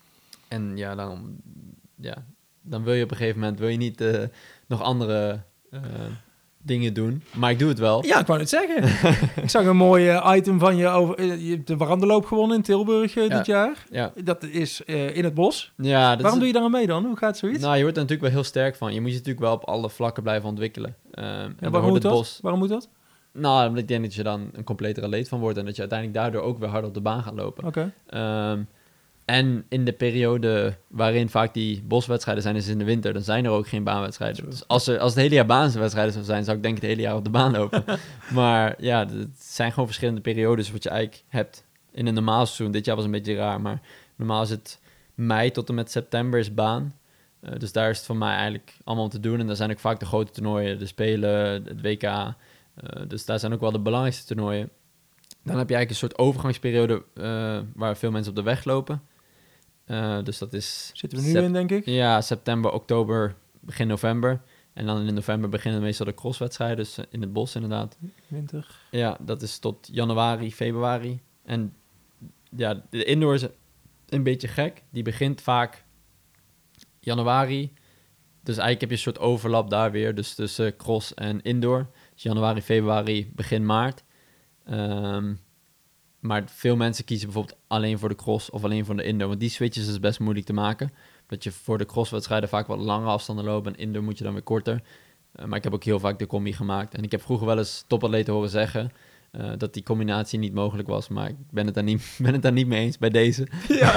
En ja, dan, ja, dan wil je op een gegeven moment wil je niet uh, nog andere uh, dingen doen. Maar ik doe het wel. Ja, ik wou het zeggen. Ik zag een mooi uh, item van je over... Uh, je hebt de warandeloop gewonnen in Tilburg uh, ja. dit jaar. Ja. Dat is uh, in het bos. Ja, dat Waarom is... doe je daar aan mee dan? Hoe gaat zoiets? Nou, je wordt er natuurlijk wel heel sterk van. Je moet je natuurlijk wel op alle vlakken blijven ontwikkelen. Um, en en waarom moet dat? Bos... Waarom moet dat? Nou, omdat ik denk dat je dan een completere atleet van wordt... en dat je uiteindelijk daardoor ook weer hard op de baan gaat lopen. Oké. Okay. Um, En in de periode waarin vaak die boswedstrijden zijn, is in de winter, dan zijn er ook geen baanwedstrijden. True. Dus als, er, als het hele jaar baanwedstrijden zou zijn, zou ik denk ik het hele jaar op de baan lopen. Maar ja, het zijn gewoon verschillende periodes wat je eigenlijk hebt in een normaal seizoen. Dit jaar was een beetje raar, maar normaal is het mei tot en met september is baan. Uh, dus daar is het voor mij eigenlijk allemaal om te doen. En daar zijn ook vaak de grote toernooien, de Spelen, het W K. Uh, dus daar zijn ook wel de belangrijkste toernooien. Dan heb je eigenlijk een soort overgangsperiode uh, waar veel mensen op de weg lopen. Uh, dus dat is... Zitten we nu sep- in, denk ik? Ja, september, oktober, begin november. En dan in november beginnen meestal de crosswedstrijden, dus in het bos inderdaad. Winter. Ja, dat is tot januari, februari. En ja, de indoor is een beetje gek. Die begint vaak januari. Dus eigenlijk heb je een soort overlap daar weer, dus tussen cross en indoor. Dus januari, februari, begin maart. Um, Maar veel mensen kiezen bijvoorbeeld alleen voor de cross of alleen voor de indoor. Want die switches is best moeilijk te maken. Dat je voor de crosswedstrijden vaak wat langere afstanden loopt. En indoor moet je dan weer korter. Uh, maar ik heb ook heel vaak de combi gemaakt. En ik heb vroeger wel eens topatleten horen zeggen... Uh, dat die combinatie niet mogelijk was. Maar ik ben het daar niet, ben het daar niet mee eens bij deze.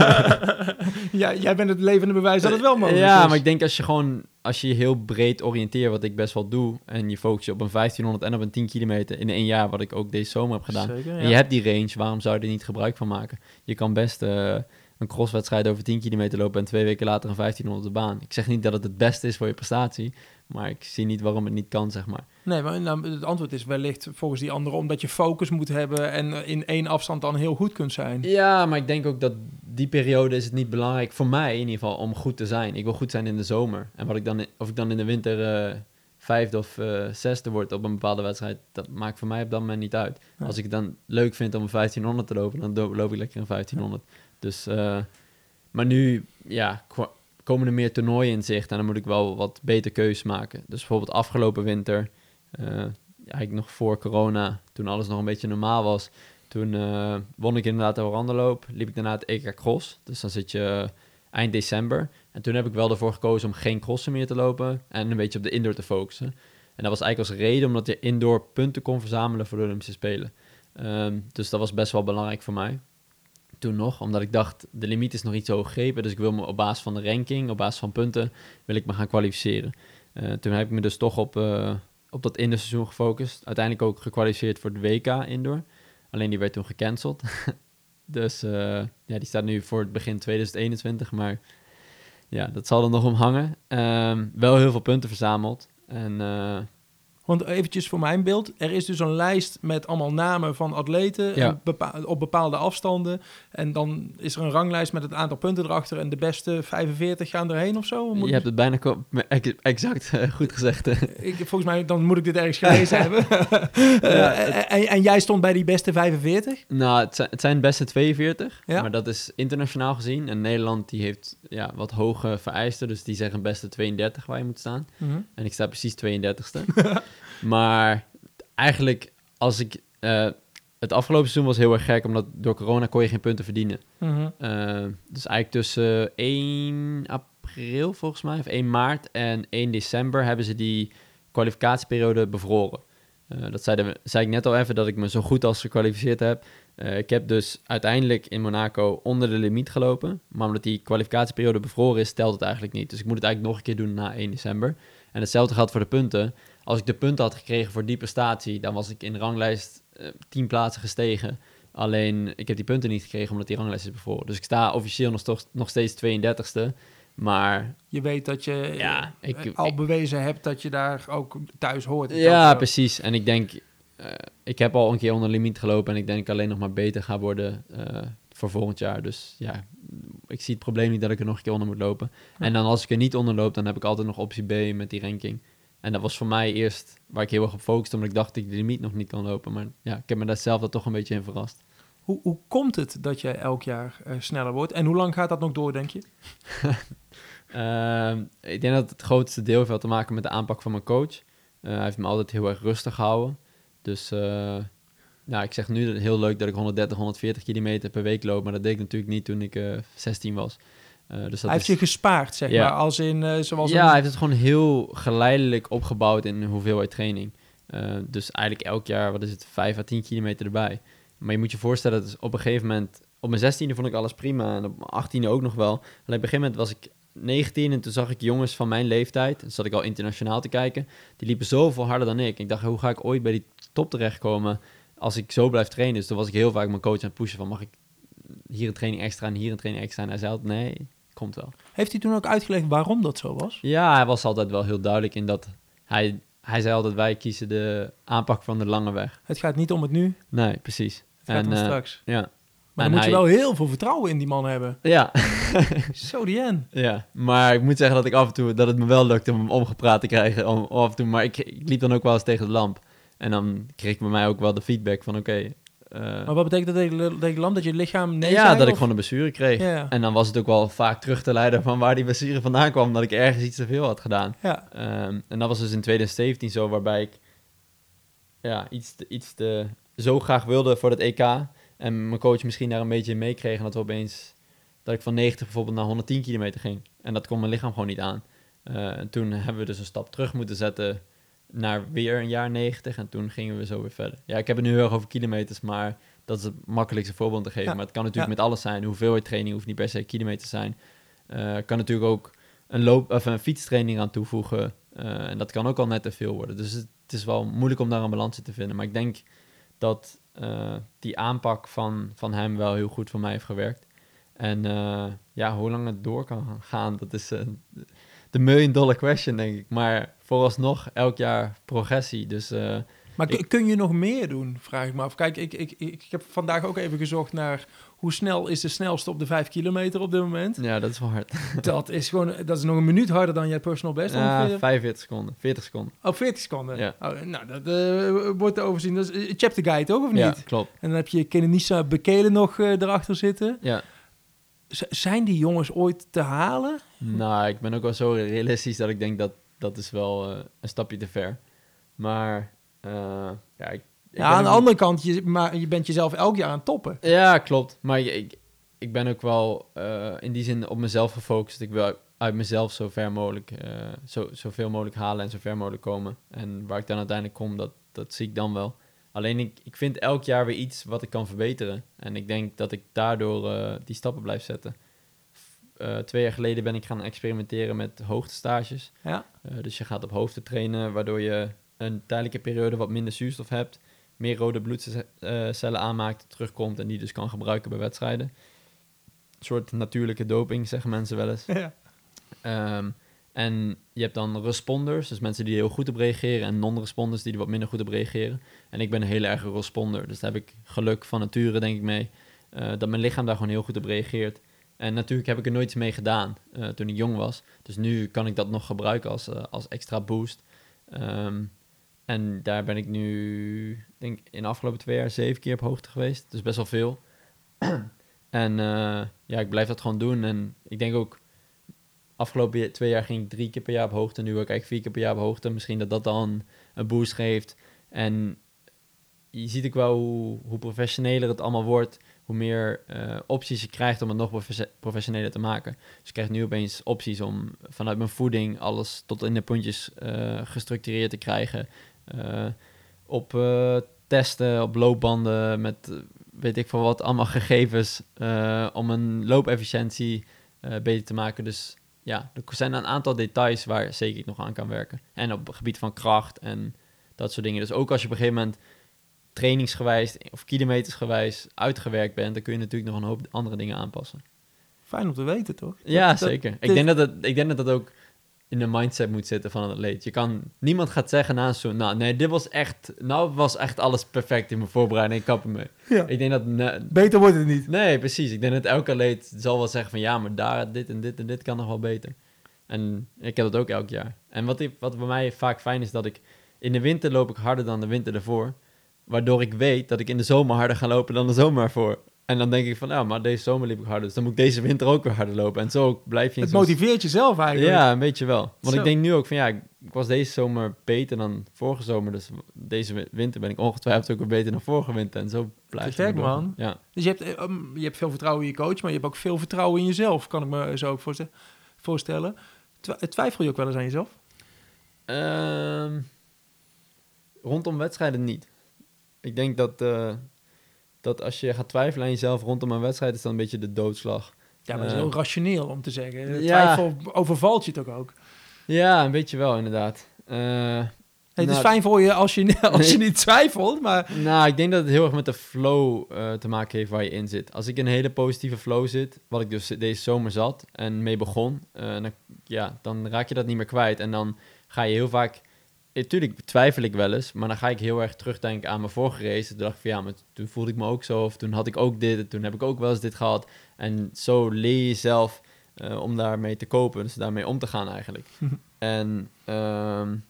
Ja. Ja, jij bent het levende bewijs dat het wel mogelijk ja, is. Ja, maar ik denk als je gewoon... Als je je heel breed oriënteert, wat ik best wel doe... en je focust je op een vijftienhonderd en op een tien kilometer... in één jaar, wat ik ook deze zomer heb gedaan. Zeker, ja. En je hebt die range, waarom zou je er niet gebruik van maken? Je kan best uh, een crosswedstrijd over tien kilometer lopen... en twee weken later een vijftienhonderd op de baan. Ik zeg niet dat het het beste is voor je prestatie... maar ik zie niet waarom het niet kan, zeg maar. Nee, maar nou, het antwoord is wellicht volgens die anderen... omdat je focus moet hebben en in één afstand dan heel goed kunt zijn. Ja, maar ik denk ook dat die periode is het niet belangrijk... voor mij in ieder geval, om goed te zijn. Ik wil goed zijn in de zomer. En wat ik dan, of ik dan in de winter uh, vijfde of uh, zesde word op een bepaalde wedstrijd... dat maakt voor mij op dat moment niet uit. Ja. Als ik het dan leuk vind om een vijftienhonderd te lopen... dan do- loop ik lekker een vijftienhonderd. Ja. Dus, uh, maar nu, ja... Kwa- komen er meer toernooien in zicht en dan moet ik wel wat beter keuzes maken. Dus bijvoorbeeld afgelopen winter, uh, eigenlijk nog voor corona, toen alles nog een beetje normaal was, toen uh, won ik inderdaad de Warandeloop, liep ik daarna het E K Cross, dus dan zit je uh, eind december. En toen heb ik wel ervoor gekozen om geen crossen meer te lopen en een beetje op de indoor te focussen. En dat was eigenlijk als reden omdat je indoor punten kon verzamelen voor de Olympische Spelen. Um, dus dat was best wel belangrijk voor mij. Toen nog, omdat ik dacht, de limiet is nog iets hoog gegrepen. Dus ik wil me op basis van de ranking, op basis van punten, wil ik me gaan kwalificeren. Uh, toen heb ik me dus toch op, uh, op dat indoorseizoen gefocust. Uiteindelijk ook gekwalificeerd voor de W K indoor. Alleen die werd toen gecanceld. dus uh, ja, die staat nu voor het begin twintig eenentwintig. Maar ja, dat zal er nog om hangen. Um, wel heel veel punten verzameld. En... Uh, Want eventjes voor mijn beeld, er is dus een lijst met allemaal namen van atleten ja. en bepa- op bepaalde afstanden. En dan is er een ranglijst met het aantal punten erachter en de beste vijfenveertig gaan erheen of zo. Moet je hebt het bijna ko- exact uh, goed gezegd. ik, volgens mij, dan moet ik dit ergens gelezen hebben. uh, ja, het... en, en jij stond bij die beste vijfenveertig? Nou, het zijn, het zijn beste tweeënveertig, ja. maar dat is internationaal gezien. En Nederland die heeft ja, wat hoge vereisten, dus die zeggen beste tweeëndertig waar je moet staan. Mm-hmm. En ik sta precies tweeëndertigste. Maar eigenlijk, als ik... Uh, het afgelopen seizoen was heel erg gek, omdat door corona kon je geen punten verdienen. Mm-hmm. Uh, dus eigenlijk tussen één april, volgens mij, of één maart en één december... hebben ze die kwalificatieperiode bevroren. Uh, dat zei, de, zei ik net al even, dat ik me zo goed als gekwalificeerd heb. Uh, ik heb dus uiteindelijk in Monaco onder de limiet gelopen. Maar omdat die kwalificatieperiode bevroren is, telt het eigenlijk niet. Dus ik moet het eigenlijk nog een keer doen na één december. En hetzelfde geldt voor de punten. Als ik de punten had gekregen voor die prestatie, dan was ik in de ranglijst uh, tien plaatsen gestegen. Alleen, ik heb die punten niet gekregen omdat die ranglijst is bevroren. Dus ik sta officieel nog, toch, nog steeds tweeëndertigste. Maar... Je weet dat je ja, ik, al ik, bewezen hebt dat je daar ook thuis hoort. Ja, precies. En ik denk, uh, ik heb al een keer onder limiet gelopen en ik denk alleen nog maar beter ga worden uh, voor volgend jaar. Dus ja, ik zie het probleem niet dat ik er nog een keer onder moet lopen. Ja. En dan als ik er niet onder loop, dan heb ik altijd nog optie B met die ranking. en dat was voor mij eerst waar ik heel erg op focuste, omdat ik dacht dat ik de limiet nog niet kan lopen. Maar ja, ik heb me daar zelf dat toch een beetje in verrast. Hoe, hoe komt het dat jij elk jaar uh, sneller wordt? En hoe lang gaat dat nog door, denk je? uh, ik denk dat het grootste deel heeft wel te maken met de aanpak van mijn coach. Uh, hij heeft me altijd heel erg rustig gehouden. Dus uh, nou, ik zeg nu dat het heel leuk dat ik honderddertig, honderdveertig kilometer per week loop. Maar dat deed ik natuurlijk niet toen ik uh, zestien was. Uh, dus dat hij heeft is... je gespaard, zeg ja. maar. Als in, uh, zoals ja, een... hij heeft het gewoon heel geleidelijk opgebouwd in hoeveelheid training. Uh, dus eigenlijk elk jaar, wat is het, vijf à tien kilometer erbij. Maar je moet je voorstellen, dat op een gegeven moment... Op mijn zestiende vond ik alles prima en op mijn achttiende ook nog wel. Alleen op een gegeven moment was ik negentien en toen zag ik jongens van mijn leeftijd... en zat ik al internationaal te kijken, die liepen zoveel harder dan ik. Ik dacht, hoe ga ik ooit bij die top terechtkomen als ik zo blijf trainen? Dus toen was ik heel vaak mijn coach aan het pushen van... mag ik hier een training extra en hier een training extra? En hij zei altijd, nee, komt wel. Heeft hij toen ook uitgelegd waarom dat zo was? Ja, hij was altijd wel heel duidelijk in dat... Hij, hij zei altijd, wij kiezen de aanpak van de lange weg. Het gaat niet om het nu. Nee, precies. Het gaat en, om uh, straks. Ja. Maar en dan moet hij... je wel heel veel vertrouwen in die man hebben. Ja. Zo die en. Ja, maar ik moet zeggen dat ik af en toe... dat het me wel lukte om hem omgepraat te krijgen. Om, om af en toe, maar ik, ik liep dan ook wel eens tegen de lamp. En dan kreeg ik bij mij ook wel de feedback van... oké. Okay, uh... maar wat betekent dat tegen de, tegen de lamp? Dat je lichaam nee Ja, zei, dat of? ik gewoon een blessure kreeg. Ja, ja. En dan was het ook wel vaak terug te leiden van waar die blessure vandaan kwam. Dat ik ergens iets te veel had gedaan. Ja. Um, en dat was dus in twintig zeventien zo, waarbij ik... ja, iets te, iets te zo graag wilde voor het E K... En mijn coach misschien daar een beetje in meekreeg. En dat we opeens... dat ik van negentig bijvoorbeeld naar honderdtien kilometer ging. En dat kon mijn lichaam gewoon niet aan. Uh, en toen hebben we dus een stap terug moeten zetten... naar weer een jaar negentig. En toen gingen we zo weer verder. Ja, ik heb het nu heel erg over kilometers... maar dat is het makkelijkste voorbeeld te geven. Ja. Maar het kan natuurlijk ja. met alles zijn. Hoeveelheid training hoeft niet per se kilometers zijn. Uh, kan natuurlijk ook een, loop, of een fietstraining aan toevoegen. Uh, en dat kan ook al net te veel worden. Dus het, het is wel moeilijk om daar een balans in te vinden. Maar ik denk dat... Uh, die aanpak van, van hem wel heel goed voor mij heeft gewerkt. En uh, ja, hoe lang het door kan gaan, dat is uh, de million dollar question, denk ik. Maar vooralsnog elk jaar progressie. Dus, uh, maar ik, kun je nog meer doen, vraag ik me af. Kijk, ik, ik, ik heb vandaag ook even gezocht naar hoe snel is de snelste op de vijf kilometer op dit moment. Ja, dat is wel hard. Dat is gewoon, dat is nog een minuut harder dan jij personal best. Ja, vijfenveertig seconden, veertig seconden. Oh, veertig seconden? Ja. Oh, nou, dat uh, wordt te overzien. Dat is uh, chapter guide, toch, of niet? Ja, klopt. En dan heb je Kenenisa Bekele nog uh, erachter zitten. Ja. Z- zijn die jongens ooit te halen? Nou, ik ben ook wel zo realistisch dat ik denk dat dat is wel uh, een stapje te ver. Maar uh, ja, ik, ik ja, aan de andere kant, je, maar je bent jezelf elk jaar aan het toppen. Ja, klopt. Maar ik, ik, ik ben ook wel uh, in die zin op mezelf gefocust. Ik wil uit mezelf zo ver mogelijk, uh, zo, zoveel mogelijk halen en zo ver mogelijk komen. En waar ik dan uiteindelijk kom, dat, dat zie ik dan wel. Alleen ik, ik vind elk jaar weer iets wat ik kan verbeteren. En ik denk dat ik daardoor uh, die stappen blijf zetten. Uh, twee jaar geleden ben ik gaan experimenteren met hoogtestages. Ja. Uh, dus je gaat op hoogte trainen, waardoor je een tijdelijke periode wat minder zuurstof hebt, meer rode bloedcellen aanmaakt, terugkomt en die dus kan gebruiken bij wedstrijden. Een soort natuurlijke doping, zeggen mensen wel eens. Ja. Um, en je hebt dan responders, dus mensen die heel goed op reageren, en non-responders die er wat minder goed op reageren. En ik ben een hele erge responder, dus daar heb ik geluk van nature, denk ik, mee, uh, dat mijn lichaam daar gewoon heel goed op reageert. En natuurlijk heb ik er nooit iets mee gedaan uh, toen ik jong was. Dus nu kan ik dat nog gebruiken als, uh, als extra boost. Um, en daar ben ik nu, denk in de afgelopen twee jaar zeven keer op hoogte geweest. Dus best wel veel. en uh, ja, ik blijf dat gewoon doen. En ik denk ook, afgelopen twee jaar ging ik drie keer per jaar op hoogte. Nu wil ik eigenlijk vier keer per jaar op hoogte. Misschien dat dat dan een boost geeft. En je ziet ook wel hoe, hoe professioneler het allemaal wordt. Hoe meer uh, opties je krijgt om het nog profe- professioneler te maken. Dus je krijgt nu opeens opties om vanuit mijn voeding alles tot in de puntjes uh, gestructureerd te krijgen. Uh, op uh, testen, op loopbanden met uh, weet ik veel wat, allemaal gegevens uh, om een loopefficiëntie uh, beter te maken. Dus ja, er zijn een aantal details waar zeker ik nog aan kan werken. En op het gebied van kracht en dat soort dingen. Dus ook als je op een gegeven moment trainingsgewijs of kilometersgewijs uitgewerkt bent, dan kun je natuurlijk nog een hoop andere dingen aanpassen. Fijn om te weten, toch? Ja, dat, zeker. Dat, ik, denk dat het, ik denk dat dat ook in de mindset moet zitten van een atleet. Je kan, niemand gaat zeggen na zo'n, nou nee, dit was echt, nou was echt alles perfect in mijn voorbereiding, ik kap ermee. Ja. Ik denk dat... Ne, beter wordt het niet. Nee, precies. Ik denk dat elke atleet zal wel zeggen van, ja, maar daar, dit en dit en dit kan nog wel beter. En ik heb dat ook elk jaar. En wat, ik, wat bij mij vaak fijn is, dat ik in de winter loop ik harder dan de winter ervoor. Waardoor ik weet dat ik in de zomer harder ga lopen dan de zomer ervoor. En dan denk ik van, nou, maar deze zomer liep ik harder. Dus dan moet ik deze winter ook weer harder lopen. En zo blijf je... Het zo'n... motiveert jezelf eigenlijk. Ja, een beetje wel. Want Zo. ik denk nu ook van, ja, ik, ik was deze zomer beter dan vorige zomer. Dus deze winter ben ik ongetwijfeld ook weer beter dan vorige winter. En zo blijft Sterk, het. man. Ja. Dus je hebt, eh, um, je hebt veel vertrouwen in je coach, maar je hebt ook veel vertrouwen in jezelf, kan ik me zo ook voorste- voorstellen. Twi- twijfel je ook wel eens aan jezelf? Ehm, rondom wedstrijden niet. Ik denk dat, uh, dat als je gaat twijfelen aan jezelf rondom een wedstrijd, is dat een beetje de doodslag. Ja, maar dat is Uh, heel rationeel om te zeggen. ja. Twijfel overvalt je toch ook? Ja, een beetje wel inderdaad. Uh, Hey, het nou, is fijn voor je als je, als nee. je niet twijfelt, maar... Nou, ik denk dat het heel erg met de flow uh, te maken heeft waar je in zit. Als ik in een hele positieve flow zit, wat ik dus deze zomer zat en mee begon, uh, dan, ja, dan raak je dat niet meer kwijt. En dan ga je heel vaak... Natuurlijk twijfel ik wel eens, maar dan ga ik heel erg terugdenken aan mijn vorige race. Toen dacht ik van ja, maar toen voelde ik me ook zo, of toen had ik ook dit, en toen heb ik ook wel eens dit gehad. En zo leer je jezelf uh, om daarmee te kopen, dus daarmee om te gaan eigenlijk. En um,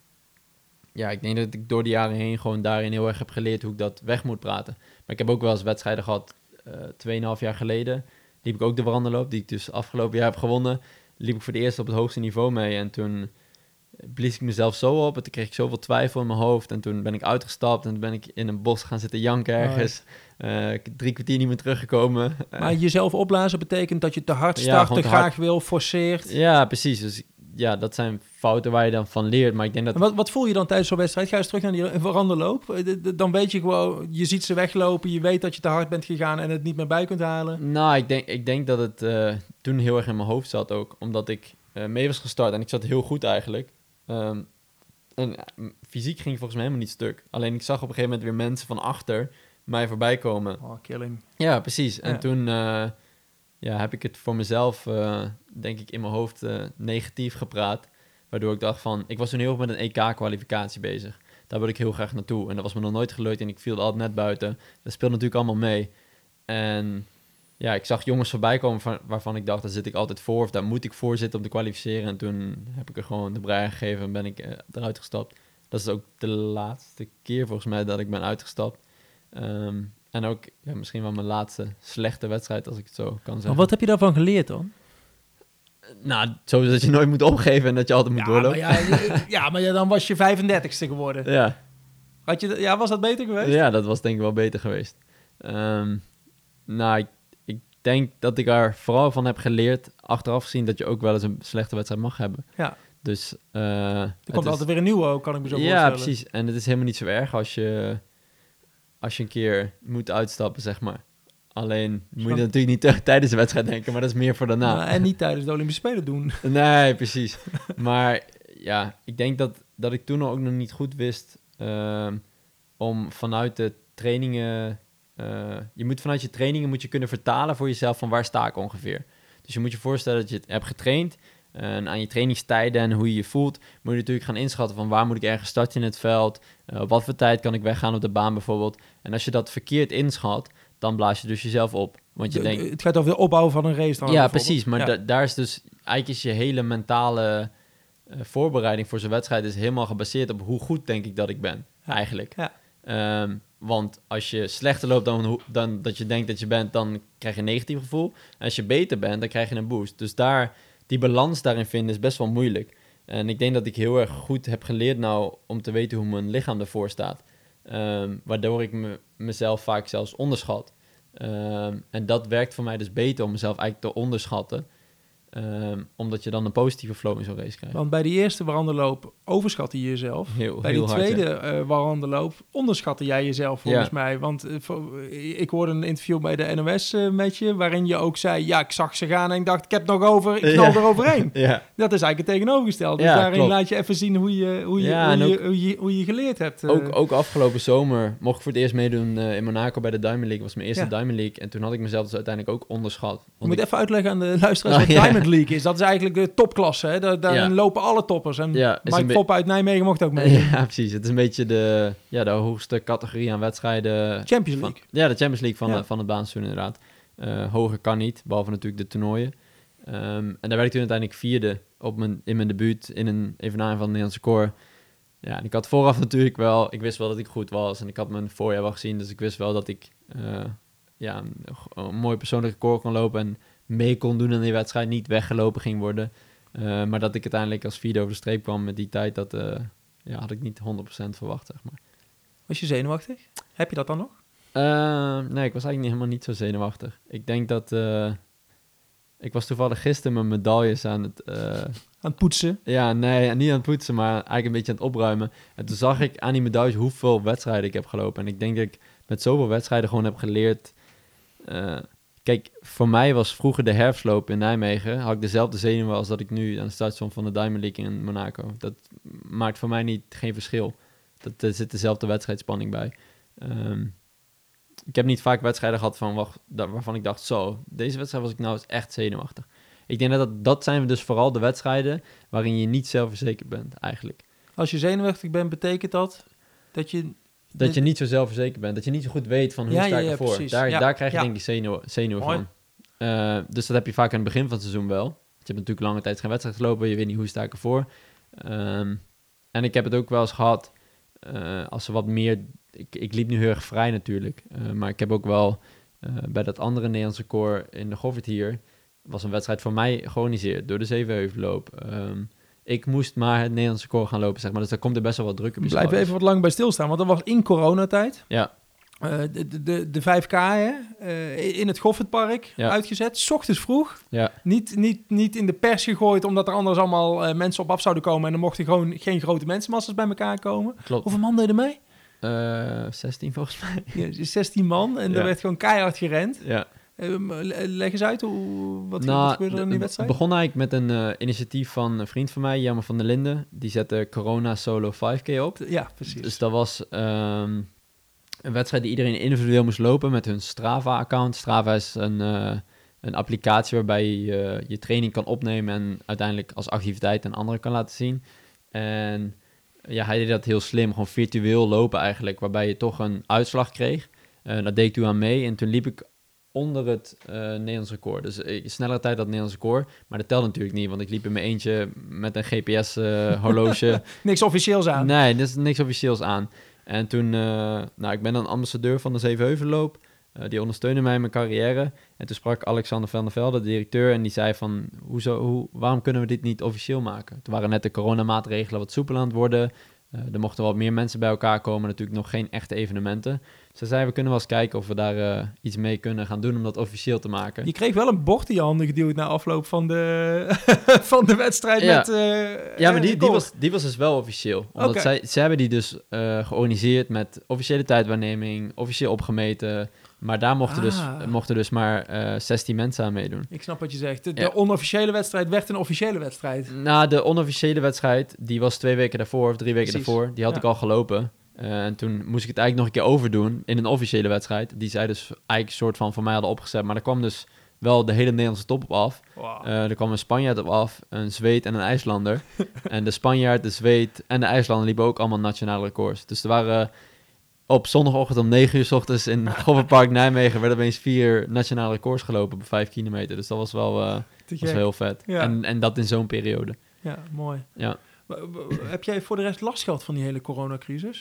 ja, ik denk dat ik door de jaren heen gewoon daarin heel erg heb geleerd hoe ik dat weg moet praten. Maar ik heb ook wel eens wedstrijden gehad, uh, tweeënhalf jaar geleden, liep ik ook de veranderloop, die ik dus afgelopen jaar heb gewonnen. Liep ik voor het eerst op het hoogste niveau mee en toen blies ik mezelf zo op en toen kreeg ik zoveel twijfel in mijn hoofd en toen ben ik uitgestapt en toen ben ik in een bos gaan zitten janken ergens. Uh, drie kwartier niet meer teruggekomen. Maar jezelf opblazen betekent dat je te hard Ja, start, gewoon te te graag hard. wil, forceert. Ja, precies. Dus ja, dat zijn fouten waar je dan van leert. Maar ik denk dat... En wat, wat voel je dan tijdens zo'n wedstrijd? Ga je eens terug naar die veranderloop. Eh, d- d- Dan weet je gewoon, je ziet ze weglopen, je weet dat je te hard bent gegaan en het niet meer bij kunt halen. Nou, ik denk, ik denk dat het uh, toen heel erg in mijn hoofd zat ook. Omdat ik uh, mee was gestart en ik zat heel goed eigenlijk. Um, en uh, fysiek ging volgens mij helemaal niet stuk. Alleen ik zag op een gegeven moment weer mensen van achter mij voorbij komen. Oh, killing. Ja, precies. En Ja. toen uh, ja, heb ik het voor mezelf, uh, denk ik, in mijn hoofd uh, negatief gepraat. Waardoor ik dacht van... Ik was toen heel erg met een E K-kwalificatie bezig. Daar wilde ik heel graag naartoe. En dat was me nog nooit gelukt en ik viel er altijd net buiten. Dat speelde natuurlijk allemaal mee. En ja, ik zag jongens voorbij komen van, waarvan ik dacht... daar zit ik altijd voor of daar moet ik voor zitten om te kwalificeren. En toen heb ik er gewoon de brei gegeven en ben ik uh, eruit gestapt. Dat is ook de laatste keer volgens mij dat ik ben uitgestapt. Um, en ook ja, misschien wel mijn laatste slechte wedstrijd, als ik het zo kan zeggen. Maar wat heb je daarvan geleerd dan? Nou, zo dat je nooit moet opgeven en dat je altijd moet Ja, doorlopen. maar ja, ja, maar ja, dan was je vijfendertigste geworden. Ja. Had je, ja, was dat beter geweest? Ja, dat was denk ik wel beter geweest. Um, nou, ik, ik denk dat ik daar vooral van heb geleerd, achteraf gezien, dat je ook wel eens een slechte wedstrijd mag hebben. Ja. Dus, uh, Er komt is, altijd weer een nieuwe ook, kan ik me zo ja, voorstellen. Ja, precies. En het is helemaal niet zo erg als je, als je een keer moet uitstappen, zeg maar. Alleen moet je natuurlijk niet t- tijdens de wedstrijd denken, maar dat is meer voor daarna. Nou, en niet tijdens de Olympische Spelen doen. Nee, precies. Maar ja, ik denk dat, dat ik toen ook nog niet goed wist uh, om vanuit de trainingen... Uh, je moet vanuit je trainingen moet je kunnen vertalen voor jezelf van waar sta ik ongeveer. Dus je moet je voorstellen dat je het hebt getraind. Uh, en aan je trainingstijden en hoe je je voelt, moet je natuurlijk gaan inschatten van waar moet ik ergens starten in het veld. Uh, wat voor tijd kan ik weggaan op de baan bijvoorbeeld. En als je dat verkeerd inschat, dan blaas je dus jezelf op. Want je de, denkt, het gaat over de opbouw van een race dan. ja, precies. Maar ja. da- daar is dus... Eigenlijk is je hele mentale uh, voorbereiding voor zo'n wedstrijd is helemaal gebaseerd op hoe goed denk ik dat ik ben, ja. eigenlijk. Ja. Um, want als je slechter loopt dan, ho- dan dat je denkt dat je bent, dan krijg je een negatief gevoel. En als je beter bent, dan krijg je een boost. Dus daar, die balans daarin vinden is best wel moeilijk. En ik denk dat ik heel erg goed heb geleerd nou om te weten hoe mijn lichaam ervoor staat. Um, waardoor ik me, mezelf vaak zelfs onderschat. Um, en dat werkt voor mij dus beter om mezelf eigenlijk te onderschatten. Um, omdat je dan een positieve flow in zo'n race krijgt. Want bij die eerste waranderloop overschatte je jezelf. Heel, bij heel die hard, tweede ja. uh, waranderloop onderschatte jij jezelf volgens ja. mij. Want uh, voor, ik hoorde een interview bij de N O S uh, met je, waarin je ook zei, ja, ik zag ze gaan en ik dacht, ik heb nog over, ik knal ja. er overheen. ja. Dat is eigenlijk het tegenovergestelde. Dus Ja, daarin klopt. laat je even zien hoe je, hoe je, Ja, hoe en je, ook- hoe je, hoe je geleerd hebt. uh. Ook, ook afgelopen zomer mocht ik voor het eerst meedoen uh, in Monaco bij de Diamond League. Dat was mijn eerste Ja. Diamond League. En toen had ik mezelf dus uiteindelijk ook onderschat. Je Want moet ik- even uitleggen aan de luisteraars Oh, wat ja. Diamond League is. Dat is eigenlijk de topklasse. Hè? Daar, daarin Ja. lopen alle toppers. En Ja, is Mike een be- Popp uit Nijmegen mocht ook mee. Ja, precies. Het is een beetje de, ja, de hoogste categorie aan wedstrijden. Champions Van, League. ja, de Champions League van, Ja. de, van het baanseizoen inderdaad. Uh, hoger kan niet, behalve natuurlijk de toernooien. Um, en daar werd ik toen uiteindelijk vierde op mijn, in mijn debuut in een evenement van de Nederlandse koor. Ja, en ik had vooraf natuurlijk wel... Ik wist wel dat ik goed was en ik had mijn voorjaar wel gezien. Dus ik wist wel dat ik uh, ja, een, een mooi persoonlijk record kon lopen en mee kon doen in die wedstrijd. Niet weggelopen ging worden. Uh, maar dat ik uiteindelijk als vierde over de streep kwam met die tijd, dat uh, ja, had ik niet honderd procent verwacht, zeg maar. Was je zenuwachtig? Heb je dat dan nog? Uh, nee, ik was eigenlijk niet, helemaal niet zo zenuwachtig. Ik denk dat... Uh, ik was toevallig gisteren mijn medailles aan het... Uh, aan het poetsen? Ja, nee, niet aan het poetsen, maar eigenlijk een beetje aan het opruimen. En toen zag ik aan die medailles hoeveel wedstrijden ik heb gelopen. En ik denk dat ik met zoveel wedstrijden gewoon heb geleerd... Uh, kijk, voor mij was vroeger de herfstloop in Nijmegen... had ik dezelfde zenuwen als dat ik nu aan de start stond van de Diamond League in Monaco. Dat maakt voor mij niet, geen verschil. Dat, er zit dezelfde wedstrijdspanning bij. Um, ik heb niet vaak wedstrijden gehad van, wacht, waarvan ik dacht... zo, deze wedstrijd was ik nou eens echt zenuwachtig. Ik denk dat, dat dat zijn dus vooral de wedstrijden... waarin je niet zelfverzekerd bent, eigenlijk. Als je zenuwachtig bent, betekent dat dat je... Dat je niet zo zelfverzekerd bent. Dat je niet zo goed weet van hoe ja, sta ik ja, ja, ervoor. Precies. Daar, ja, daar krijg je ja. denk ik zenuwen, zenuwen van. Uh, dus dat heb je vaak aan het begin van het seizoen wel. Je hebt natuurlijk lange tijd geen wedstrijd gelopen. Je weet niet hoe sta ik ervoor. Um, en ik heb het ook wel eens gehad... Uh, als er wat meer... Ik, ik liep nu heel erg vrij natuurlijk. Uh, maar ik heb ook wel... Uh, bij dat andere Nederlandse koor in de Goffert hier... was een wedstrijd voor mij georganiseerd door de Zevenheuvelloop. Um, ik moest maar het Nederlandse koor gaan lopen, zeg maar. Dus daar komt er best wel wat druk op. Blijf even wat lang bij stilstaan, want dat was in coronatijd. Ja. Uh, de, de, de vijf K, hè? Uh, in het Goffertpark ja. uitgezet, 's ochtends vroeg. Ja. Niet, niet, niet in de pers gegooid, omdat er anders allemaal uh, mensen op af zouden komen. En er mochten gewoon geen grote mensenmassa's bij elkaar komen. Klopt. Hoeveel man deden mee? Uh, zestien volgens mij. Ja, zestien man en ja. er werd gewoon keihard gerend. Ja. Leg eens uit, hoe, wat, nou, wat gebeurde er in die wedstrijd? Het begon eigenlijk met een uh, initiatief van een vriend van mij, Jammer van der Linden. Die zette Corona Solo vijf K op. Ja, precies. Dus dat was um, een wedstrijd die iedereen individueel moest lopen met hun Strava-account. Strava is een, uh, een applicatie waarbij je uh, je training kan opnemen en uiteindelijk als activiteit aan anderen kan laten zien. En ja, hij deed dat heel slim, gewoon virtueel lopen eigenlijk, waarbij je toch een uitslag kreeg. Uh, dat deed ik toen aan mee en toen liep ik onder het uh, Nederlands record. Dus uh, snellere tijd dan het Nederlands record. Maar dat telt natuurlijk niet, want ik liep in mijn eentje met een G P S-horloge. Uh, niks officieels aan. Nee, er is niks officieels aan. En toen, uh, nou, ik ben dan ambassadeur van de Zevenheuvelloop. Uh, die ondersteunde mij in mijn carrière. En toen sprak Alexander van der Velde, de directeur, en die zei van, hoezo, hoe, waarom kunnen we dit niet officieel maken? Toen waren net de coronamaatregelen wat soepel aan het worden. Uh, er mochten wat meer mensen bij elkaar komen, natuurlijk nog geen echte evenementen. Ze zei, we kunnen wel eens kijken of we daar uh, iets mee kunnen gaan doen om dat officieel te maken. Je kreeg wel een bord in je handen geduwd na afloop van de, van de wedstrijd ja. met... Uh, ja, maar die, die, was, die was dus wel officieel. Omdat okay. zij, ze hebben die dus uh, georganiseerd met officiële tijdwaarneming, officieel opgemeten. Maar daar mochten, ah. dus, mochten dus maar uh, zestien mensen aan meedoen. Ik snap wat je zegt. De, de ja. onofficiële wedstrijd werd een officiële wedstrijd. Nou, de onofficiële wedstrijd, die was twee weken daarvoor of drie weken Precies. daarvoor. Die had ja. ik al gelopen. Uh, en toen moest ik het eigenlijk nog een keer overdoen in een officiële wedstrijd. Die zij dus eigenlijk een soort van voor mij hadden opgezet. Maar er kwam dus wel de hele Nederlandse top op af. Wow. Uh, er kwam een Spanjaard op af, een Zweed en een IJslander. En de Spanjaard, de Zweed en de IJslander liepen ook allemaal nationale records. Dus er waren... Uh, op zondagochtend om negen uur 's ochtends in Goffertpark Nijmegen werden opeens vier nationale records gelopen op vijf kilometer. Dus dat was wel, uh, was heel vet. Ja. En, en dat in zo'n periode. Ja, mooi. Ja. Heb jij voor de rest last gehad van die hele coronacrisis?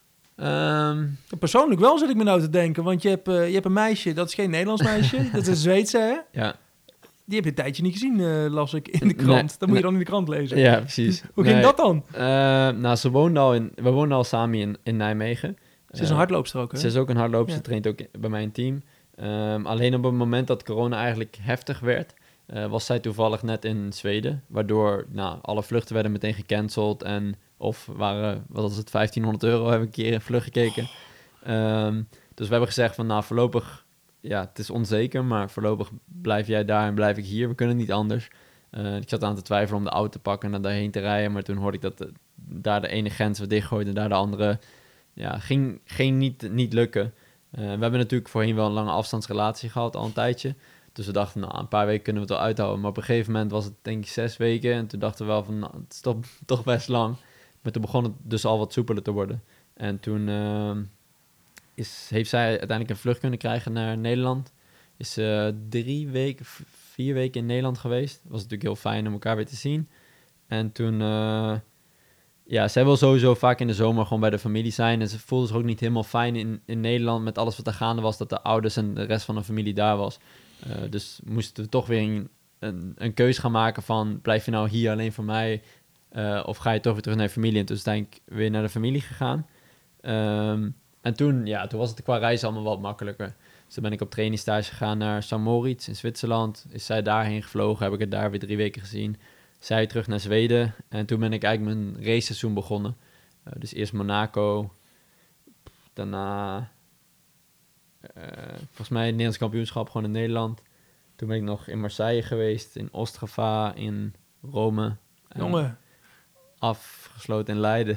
Um, Persoonlijk wel, zit ik me nou te denken. Want je hebt, uh, je hebt een meisje, dat is geen Nederlands meisje. Dat is een Zweedse, hè? Ja. Die heb je een tijdje niet gezien, uh, las ik in de krant. Nee, dat moet nee. je dan in de krant lezen. Ja, precies. Hoe ging nee. dat dan? Uh, nou, ze woonde al in, we woonden al samen in, in Nijmegen. Ze is een hardloopster ook, hè? Ze is ook een hardloopster, ja. ze traint ook bij mijn team. Um, alleen op het moment dat corona eigenlijk heftig werd, uh, was zij toevallig net in Zweden. Waardoor nou, alle vluchten werden meteen gecanceld. En of waren, wat was het, vijftienhonderd euro, hebben we een keer een vlucht gekeken. Um, dus we hebben gezegd van, nou voorlopig, ja, het is onzeker, maar voorlopig blijf jij daar en blijf ik hier. We kunnen niet anders. Uh, ik zat aan te twijfelen om de auto te pakken en naar daarheen te rijden. Maar toen hoorde ik dat de, daar de ene grens werd dichtgegooid en daar de andere... Ja, ging, ging niet, niet lukken. Uh, we hebben natuurlijk voorheen wel een lange afstandsrelatie gehad, al een tijdje. Dus we dachten, nou, een paar weken kunnen we het wel uithouden. Maar op een gegeven moment was het denk ik zes weken. En toen dachten we wel van, nou, het is toch, toch best lang. Maar toen begon het dus al wat soepeler te worden. En toen uh, is, heeft zij uiteindelijk een vlucht kunnen krijgen naar Nederland. Is uh, drie weken, vier weken in Nederland geweest. Het was natuurlijk heel fijn om elkaar weer te zien. En toen... Uh, ja, zij wil sowieso vaak in de zomer gewoon bij de familie zijn. En ze voelde zich ook niet helemaal fijn in, in Nederland met alles wat er gaande was, dat de ouders en de rest van de familie daar was. Uh, dus moesten we toch weer een, een, een keus gaan maken van, blijf je nou hier alleen voor mij? Uh, of ga je toch weer terug naar je familie? En toen ben ik weer naar de familie gegaan. Um, en toen, ja, toen was het qua reis allemaal wat makkelijker. Dus toen ben ik op trainingstage gegaan naar Saint Moritz in Zwitserland. Is zij daarheen gevlogen, heb ik het daar weer drie weken gezien. Zij terug naar Zweden. En toen ben ik eigenlijk mijn raceseizoen begonnen. Uh, dus eerst Monaco. Daarna... Uh, volgens mij het Nederlands kampioenschap gewoon in Nederland. Toen ben ik nog in Marseille geweest. In Ostrava, in Rome. Jongen. Afgesloten in Leiden.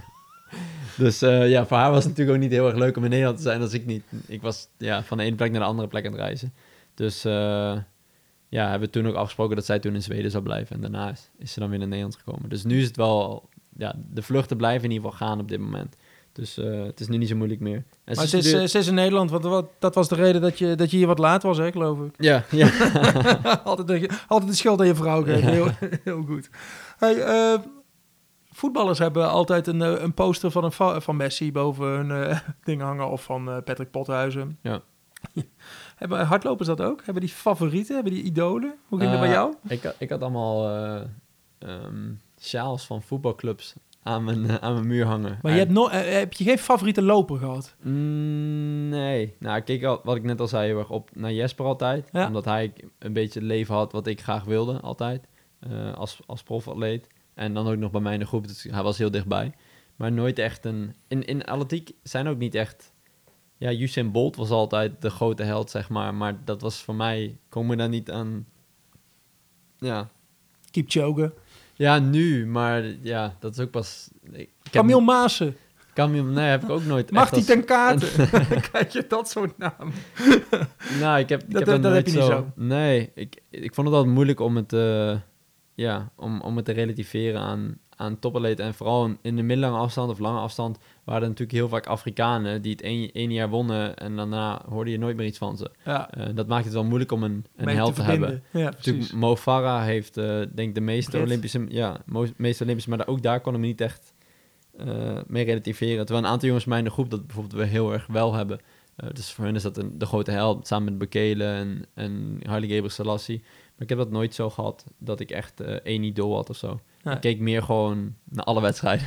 Dus uh, ja, voor haar was het natuurlijk ook niet heel erg leuk om in Nederland te zijn als ik niet. Ik was ja, van de ene plek naar de andere plek aan het reizen. Dus... Uh, ja, hebben we toen ook afgesproken dat zij toen in Zweden zou blijven. En daarna is, is ze dan weer naar Nederland gekomen. Dus nu is het wel... Ja, de vluchten blijven in ieder geval gaan op dit moment. Dus uh, het is nu niet zo moeilijk meer. En maar ze, is, studeert... ze is in Nederland, want wat, dat was de reden dat je, dat je hier wat laat was, hè, geloof ik. Ja, ja. altijd, de, altijd de schuld aan je vrouw geven. Heel, heel goed. Hey, uh, voetballers hebben altijd een, een poster van, een, van Messi boven hun uh, ding hangen. Of van uh, Patrick Pothuizen. Ja. Hebben hardlopers dat ook? Hebben die favorieten? Hebben die idolen? Hoe ging uh, dat bij jou? Ik, ik had allemaal uh, um, sjaals van voetbalclubs aan mijn, uh, aan mijn muur hangen. Maar je hebt, no- uh, heb je geen favoriete loper gehad? Mm, nee. Nou, ik keek al, wat ik net al zei, heel erg op naar Jesper altijd. Ja. Omdat hij een beetje het leven had wat ik graag wilde, altijd. Uh, als, als profatleet. En dan ook nog bij mij in de groep, dus hij was heel dichtbij. Maar nooit echt een... In, in atletiek zijn ook niet echt... Ja, Usain Bolt was altijd de grote held, zeg maar. Maar dat was voor mij... Kom me daar niet aan... Ja. Kipchoge. Ja, nu. Maar ja, dat is ook pas... Ik, Camille heb, Maassen. Camille... Nee, heb ik ook nooit Mag die ten als... Katen? Kijk je, dat soort namen. Nou, ik heb, ik dat, heb dat, dat nooit heb je niet zo... zo. Nee, ik, ik vond het altijd moeilijk om het... Uh, ja, om, om het te relativeren aan... aan topatleten en vooral in de middellange afstand of lange afstand waren er natuurlijk heel vaak Afrikanen die het één, één jaar wonnen en daarna hoorde je nooit meer iets van ze. Ja. Uh, dat maakt het wel moeilijk om een, een Mee held te, te, te hebben. Ja, natuurlijk Mo Farah heeft uh, denk ik de meeste Brit. Olympische, ja, mo- meeste Olympische, maar ook daar kon ik me niet echt uh, mee relativeren. Terwijl een aantal jongens van mij in de groep dat bijvoorbeeld we heel erg wel hebben. Uh, dus voor hen is dat een, de grote held samen met Bekele en, en Haile Gebrselassie. Maar ik heb dat nooit zo gehad dat ik echt uh, één idool had of zo. Ja. Ik keek meer gewoon naar alle wedstrijden.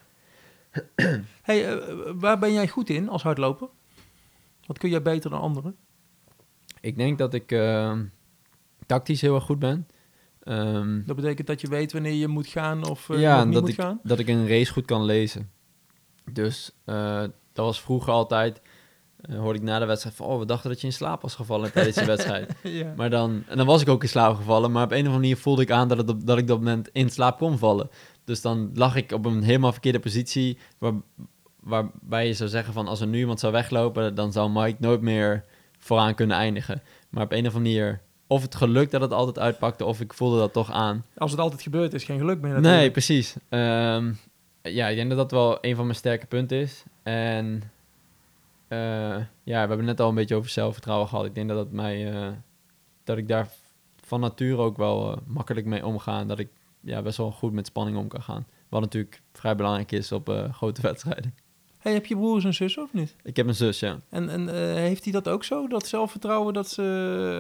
Hey, uh, waar ben jij goed in als hardloper? Wat kun jij beter dan anderen? Ik denk dat ik uh, tactisch heel erg goed ben. Um, dat betekent dat je weet wanneer je moet gaan of uh, ja, niet dat moet ik, gaan? dat ik een race goed kan lezen. Dus uh, dat was vroeger altijd... Uh, hoorde ik na de wedstrijd van... oh, we dachten dat je in slaap was gevallen tijdens de wedstrijd. Ja. Maar dan... En dan was ik ook in slaap gevallen... maar op een of andere manier voelde ik aan dat, het, dat ik op dat moment in slaap kon vallen. Dus dan lag ik op een helemaal verkeerde positie... Waar, waarbij je zou zeggen van... als er nu iemand zou weglopen... dan zou Mike nooit meer vooraan kunnen eindigen. Maar op een of andere manier... of het geluk dat het altijd uitpakte... of ik voelde dat toch aan. Als het altijd gebeurt, is geen geluk meer natuurlijk. Nee, precies. Um, ja, ik denk dat dat wel een van mijn sterke punten is. En... Uh, ja, we hebben net al een beetje over zelfvertrouwen gehad. Ik denk dat, dat, mij, uh, dat ik daar van nature ook wel uh, makkelijk mee omga. En dat ik ja, best wel goed met spanning om kan gaan. Wat natuurlijk vrij belangrijk is op uh, grote wedstrijden. Hey, heb je broers en zussen of niet? Ik heb een zus, ja. En, en uh, heeft hij dat ook zo? Dat zelfvertrouwen dat ze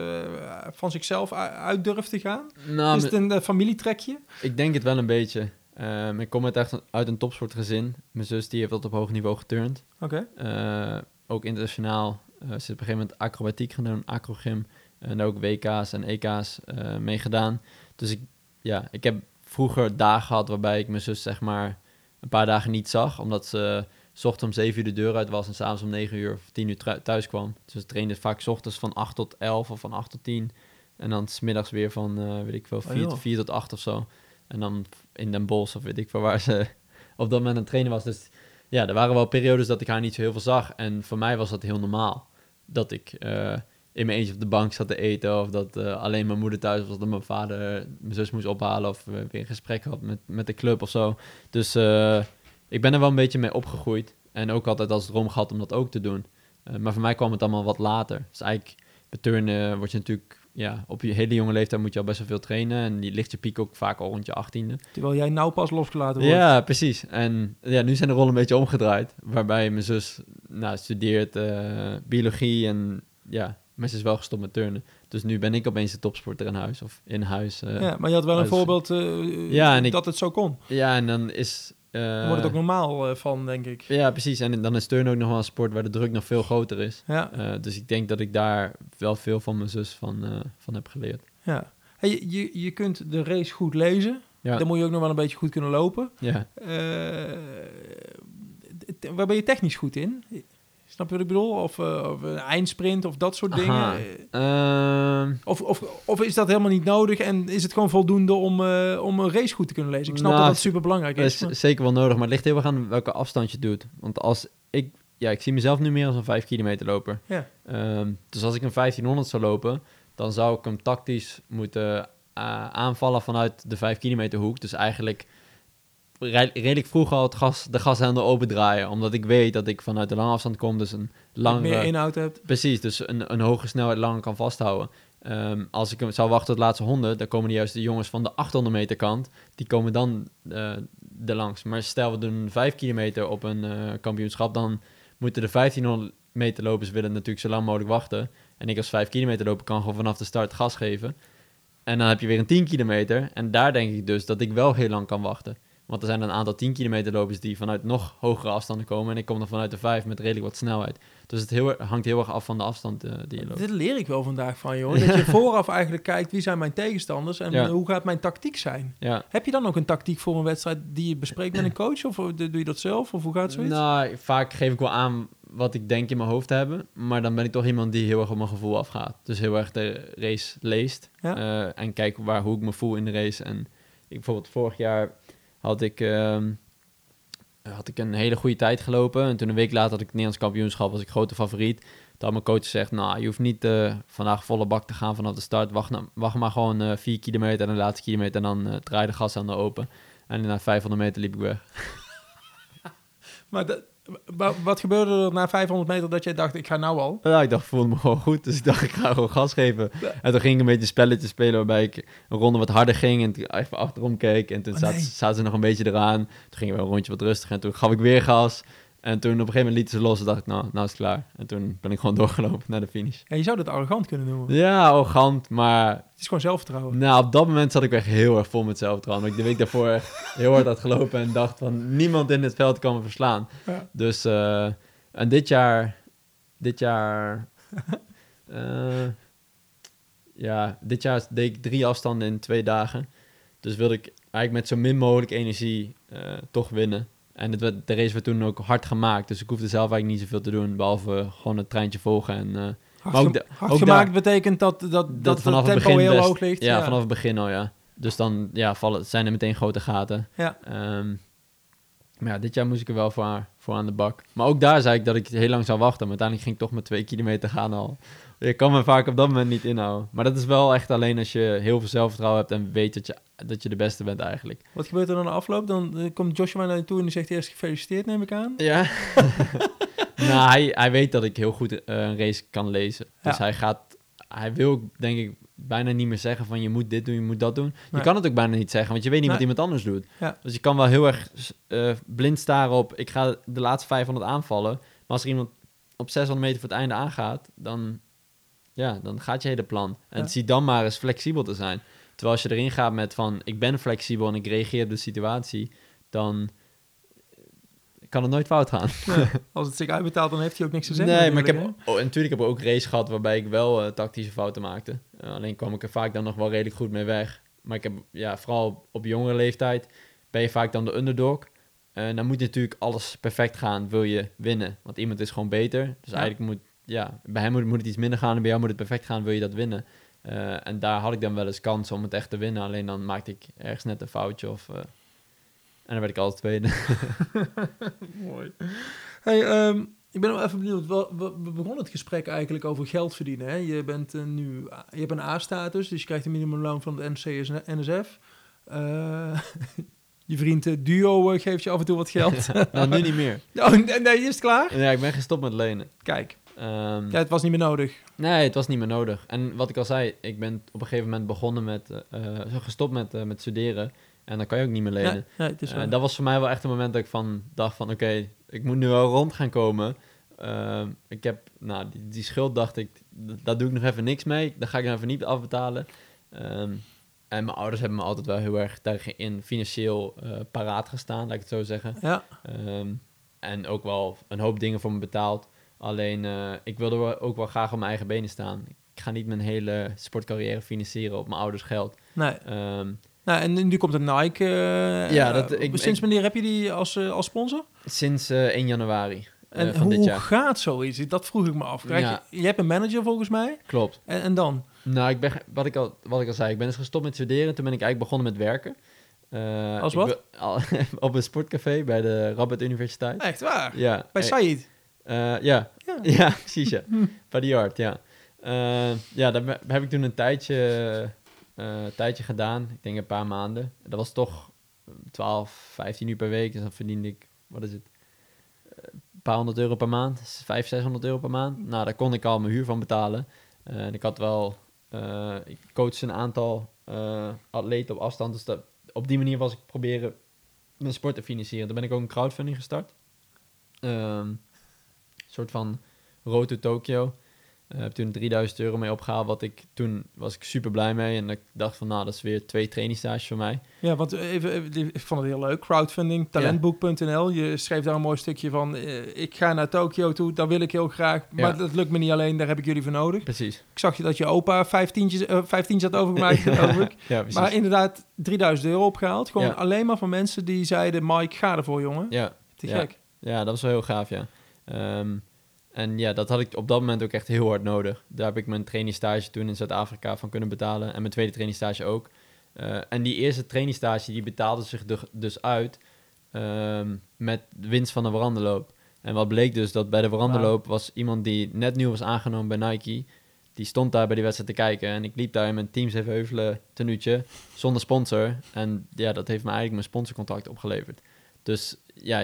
uh, van zichzelf uit durft te gaan? Nou, is het een uh, familietrekje? Ik denk het wel een beetje. Um, ik kom uit echt uit een topsportgezin. Mijn zus die heeft dat op hoog niveau geturnd. Oké. Okay. Uh, ook internationaal. Uh, ze heeft op een gegeven moment acrobatiek gedaan, acrogym. En daar ook W K's en E K's uh, mee gedaan. Dus ik, ja, ik heb vroeger dagen gehad waarbij ik mijn zus zeg maar een paar dagen niet zag. Omdat ze 's ochtends om zeven uur de deur uit was en 's avonds om negen uur of tien uur thuis kwam. Dus ze trainde vaak 's ochtends van acht tot elf of van acht tot tien. En dan 's middags weer van, uh, weet ik veel, vier tot acht of zo. En dan in Den Bosch of weet ik veel waar ze op dat moment aan het trainen was. Dus ja, er waren wel periodes dat ik haar niet zo heel veel zag. En voor mij was dat heel normaal. Dat ik uh, in mijn eentje op de bank zat te eten. Of dat uh, alleen mijn moeder thuis was. Dat mijn vader mijn zus moest ophalen. Of uh, weer een gesprek had met, met de club of zo. Dus uh, ik ben er wel een beetje mee opgegroeid. En ook altijd als droom gehad om dat ook te doen. Uh, maar voor mij kwam het allemaal wat later. Dus eigenlijk bij turnen word je natuurlijk ja, op je hele jonge leeftijd moet je al best wel veel trainen. En die ligt je piek ook vaak al rond je achttiende. Terwijl jij nou pas losgelaten wordt. Ja, precies. En ja, nu zijn de rollen een beetje omgedraaid. Waarbij mijn zus nou, studeert uh, biologie en ja, mijn zus is wel gestopt met turnen. Dus nu ben ik opeens de topsporter in huis of in huis. Uh, ja, maar je had wel een huis. voorbeeld uh, ja, en ik, dat het zo kon. Ja, en dan is... Uh, dan wordt het ook normaal uh, van, denk ik. Ja, precies. En dan is turnen ook nog wel een sport waar de druk nog veel groter is. Ja. Uh, dus ik denk dat ik daar wel veel van mijn zus van, uh, van heb geleerd. Ja. Hey, je, je, je kunt de race goed lezen. Ja. Dan moet je ook nog wel een beetje goed kunnen lopen. Ja. Uh, waar ben je technisch goed in? Snap je wat ik bedoel? Of, uh, of een eindsprint of dat soort Aha. dingen? Uh, of, of, of is dat helemaal niet nodig en is het gewoon voldoende om, uh, om een race goed te kunnen lezen? Ik snap nou, dat dat super belangrijk is. is zeker wel nodig, maar het ligt heel erg aan welke afstand je doet. Want als ik, ja, ik zie mezelf nu meer als een vijf kilometer loper. Ja. Um, dus als ik een vijftienhonderd zou lopen, dan zou ik hem tactisch moeten uh, aanvallen vanuit de vijf kilometer hoek. Dus eigenlijk redelijk vroeg al het gas, de gashendel opendraaien. Omdat ik weet dat ik vanuit de lange afstand kom. Dus een langere... meer inhoud hebt. Precies, dus een, een hoge snelheid langer kan vasthouden. Um, als ik hem zou wachten tot de laatste honderd, dan komen de juist de jongens van de achthonderd meter kant. Die komen dan uh, er langs. Maar stel we doen vijf kilometer op een uh, kampioenschap, dan moeten de vijftienhonderd meter lopers willen natuurlijk zo lang mogelijk wachten. En ik als vijf kilometer loper kan gewoon vanaf de start gas geven. En dan heb je weer een tien kilometer. En daar denk ik dus dat ik wel heel lang kan wachten. Want er zijn een aantal tien kilometer lopers die vanuit nog hogere afstanden komen. En ik kom dan vanuit de vijf met redelijk wat snelheid. Dus het heel, hangt heel erg af van de afstand uh, die je loopt. Dit leer ik wel vandaag van, joh. Dat je vooraf eigenlijk kijkt, wie zijn mijn tegenstanders en ja. hoe gaat mijn tactiek zijn? Ja. Heb je dan ook een tactiek voor een wedstrijd die je bespreekt met een coach? Of doe je dat zelf? Of hoe gaat zoiets? Nou, vaak geef ik wel aan wat ik denk in mijn hoofd te hebben. Maar dan ben ik toch iemand die heel erg op mijn gevoel afgaat. Dus heel erg de race leest. Ja. Uh, en kijk waar, hoe ik me voel in de race. En ik, bijvoorbeeld vorig jaar had ik... Uh, had ik een hele goede tijd gelopen. En toen een week later had ik het Nederlands kampioenschap, was ik grote favoriet. Toen had mijn coach gezegd, nou, je hoeft niet uh, vandaag volle bak te gaan vanaf de start. Wacht, na, wacht maar gewoon uh, vier kilometer en de laatste kilometer en dan uh, draai de gas aan de open. En na vijfhonderd meter liep ik weg. Maar de, wat gebeurde er na vijfhonderd meter dat jij dacht, ik ga nou al? Ja, ik dacht, ik voelde me gewoon goed. Dus ik dacht, ik ga gewoon gas geven. Ja. En toen ging ik een beetje spelletjes spelen waarbij ik een ronde wat harder ging en even achterom keek. En toen oh, nee. zaten, zaten ze nog een beetje eraan. Toen ging we een rondje wat rustiger en toen gaf ik weer gas. En toen op een gegeven moment lieten ze los en dacht ik, nou, nou is het klaar. En toen ben ik gewoon doorgelopen naar de finish. Ja, je zou dat arrogant kunnen noemen. Ja, arrogant, maar... Het is gewoon zelfvertrouwen. Nou, op dat moment zat ik echt heel erg vol met zelfvertrouwen. Ik de week daarvoor echt heel hard had gelopen en dacht van, niemand in het veld kan me verslaan. Ja. Dus, uh, en dit jaar... Dit jaar... uh, ja, dit jaar deed ik drie afstanden in twee dagen. Dus wilde ik eigenlijk met zo min mogelijk energie uh, toch winnen. En het werd, de race werd toen ook hard gemaakt. Dus ik hoefde zelf eigenlijk niet zoveel te doen. Behalve gewoon het treintje volgen. En, uh, hard maar ook de, hard ook gemaakt daar, betekent dat, dat, dat, dat vanaf het tempo heel best, hoog ligt. Ja, ja, vanaf het begin al, ja. Dus dan ja, vallen, zijn er meteen grote gaten. Ja. Um, maar ja, dit jaar moest ik er wel voor, voor aan de bak. Maar ook daar zei ik dat ik heel lang zou wachten. Maar uiteindelijk ging ik toch met twee kilometer gaan al. Je kan me vaak op dat moment niet inhouden. Maar dat is wel echt alleen als je heel veel zelfvertrouwen hebt en weet dat je, dat je de beste bent eigenlijk. Wat gebeurt er dan na afloop? Dan uh, komt Joshua naar je toe en die zegt eerst gefeliciteerd, neem ik aan. Ja. nou, hij, hij weet dat ik heel goed uh, een race kan lezen. Dus ja. hij gaat, hij wil denk ik bijna niet meer zeggen van je moet dit doen, je moet dat doen. Je nee. kan het ook bijna niet zeggen, want je weet niet nee. wat iemand anders doet. Ja. Dus je kan wel heel erg uh, blind staren op, ik ga de laatste vijfhonderd aanvallen. Maar als er iemand op zeshonderd meter voor het einde aangaat, dan... Ja, dan gaat je hele plan. En ja. zie dan maar eens flexibel te zijn. Terwijl als je erin gaat met van... ik ben flexibel en ik reageer op de situatie... dan kan het nooit fout gaan. Ja, als het zich uitbetaalt, dan heeft hij ook niks te zeggen. Nee, maar ik heb... Oh, en natuurlijk heb ik ook race gehad... waarbij ik wel uh, tactische fouten maakte. Uh, alleen kwam ik er vaak dan nog wel redelijk goed mee weg. Maar ik heb... Ja, vooral op jongere leeftijd... ben je vaak dan de underdog. En uh, dan moet natuurlijk alles perfect gaan... wil je winnen. Want iemand is gewoon beter. Dus ja. eigenlijk moet... Ja, bij hem moet, moet het iets minder gaan en bij jou moet het perfect gaan, wil je dat winnen. Uh, en daar had ik dan wel eens kans om het echt te winnen. Alleen dan maakte ik ergens net een foutje of... Uh, en dan werd ik altijd tweede. Mooi. Hey, um, ik ben wel even benieuwd. We, we, we begonnen het gesprek eigenlijk over geld verdienen. Hè? Je bent uh, nu... Je hebt een A-status, dus je krijgt een minimumloon van de N C N S F. Uh, je vriend uh, Duo uh, geeft je af en toe wat geld. nou, nu niet meer. Oh, nee, nee, is het klaar? Ja, ik ben gestopt met lenen. Kijk. Um, Ja, het was niet meer nodig. Nee, het was niet meer nodig. En wat ik al zei, ik ben op een gegeven moment begonnen met, uh, gestopt met, uh, met studeren. En dan kan je ook niet meer lenen. Nee, nee, het is uh, dat was voor mij wel echt een moment dat ik van dacht van, oké, okay, ik moet nu wel rond gaan komen. Uh, ik heb, nou, die, die schuld dacht ik, d- daar doe ik nog even niks mee. Daar ga ik nog even niet afbetalen. Um, en mijn ouders hebben me altijd wel heel erg daarin financieel uh, paraat gestaan, laat ik het zo zeggen. Ja. Um, en ook wel een hoop dingen voor me betaald. Alleen, uh, ik wilde wel ook wel graag op mijn eigen benen staan. Ik ga niet mijn hele sportcarrière financieren op mijn ouders geld. Nee. Um, nou, en nu komt een Nike. Uh, ja, dat, uh, ik, sinds ik, wanneer heb je die als, uh, als sponsor? Sinds uh, één januari. En uh, van hoe dit jaar. gaat zoiets? Dat vroeg ik me af. Krijg Ja. je, je hebt een manager volgens mij. Klopt. En, en dan? Nou, ik ben, wat, ik al, wat ik al zei, ik ben eens gestopt met studeren. Toen ben ik eigenlijk begonnen met werken. Uh, Als wat? Ik, al, op een sportcafé bij de Rabat Universiteit. Echt waar? Ja. Bij Said? Uh, ja. Ja. ja, precies ja. Bij de Yard, ja. Uh, ja, daar heb ik toen een tijdje, uh, tijdje gedaan. Ik denk een paar maanden. Dat was toch twaalf, vijftien uur per week. Dus dan verdiende ik, wat is het? Een paar honderd euro per maand. vijfhonderd, zeshonderd euro per maand. Nou, daar kon ik al mijn huur van betalen. Uh, en ik had wel... Uh, ik coachte een aantal uh, atleten op afstand. Dus dat, op die manier was ik proberen mijn sport te financieren. Toen ben ik ook een crowdfunding gestart. Um, een soort van Road to Tokyo. Ik uh, heb toen drieduizend euro mee opgehaald. Wat ik toen was ik super blij mee. En ik dacht van, nou, dat is weer twee trainingstages voor mij. Ja, want even, even, ik vond het heel leuk. Crowdfunding, talentboek punt n l. Je schreef daar een mooi stukje van. Uh, ik ga naar Tokyo toe, dat wil ik heel graag. Maar ja. dat lukt me niet alleen, daar heb ik jullie voor nodig. Precies. Ik zag je dat je opa vijftientjes, uh, vijftientjes had overgemaakt. ja, ja, maar inderdaad, drieduizend euro opgehaald. Gewoon ja. alleen maar van mensen die zeiden, Mike, ga ervoor, jongen. Ja. Te ja. gek. Ja, dat was wel heel gaaf, ja. Um, En ja, dat had ik op dat moment ook echt heel hard nodig. Daar heb ik mijn trainingstage toen in Zuid-Afrika van kunnen betalen. En mijn tweede trainingstage ook. Uh, en die eerste trainingstage, die betaalde zich dus uit um, met de winst van de Warandenloop. En wat bleek dus, dat bij de Warandenloop wow. was iemand die net nieuw was aangenomen bij Nike. Die stond daar bij die wedstrijd te kijken. En ik liep daar in mijn Team Zevenheuvelen tenuutje zonder sponsor. En ja, dat heeft me eigenlijk mijn sponsorcontract opgeleverd. Dus ja...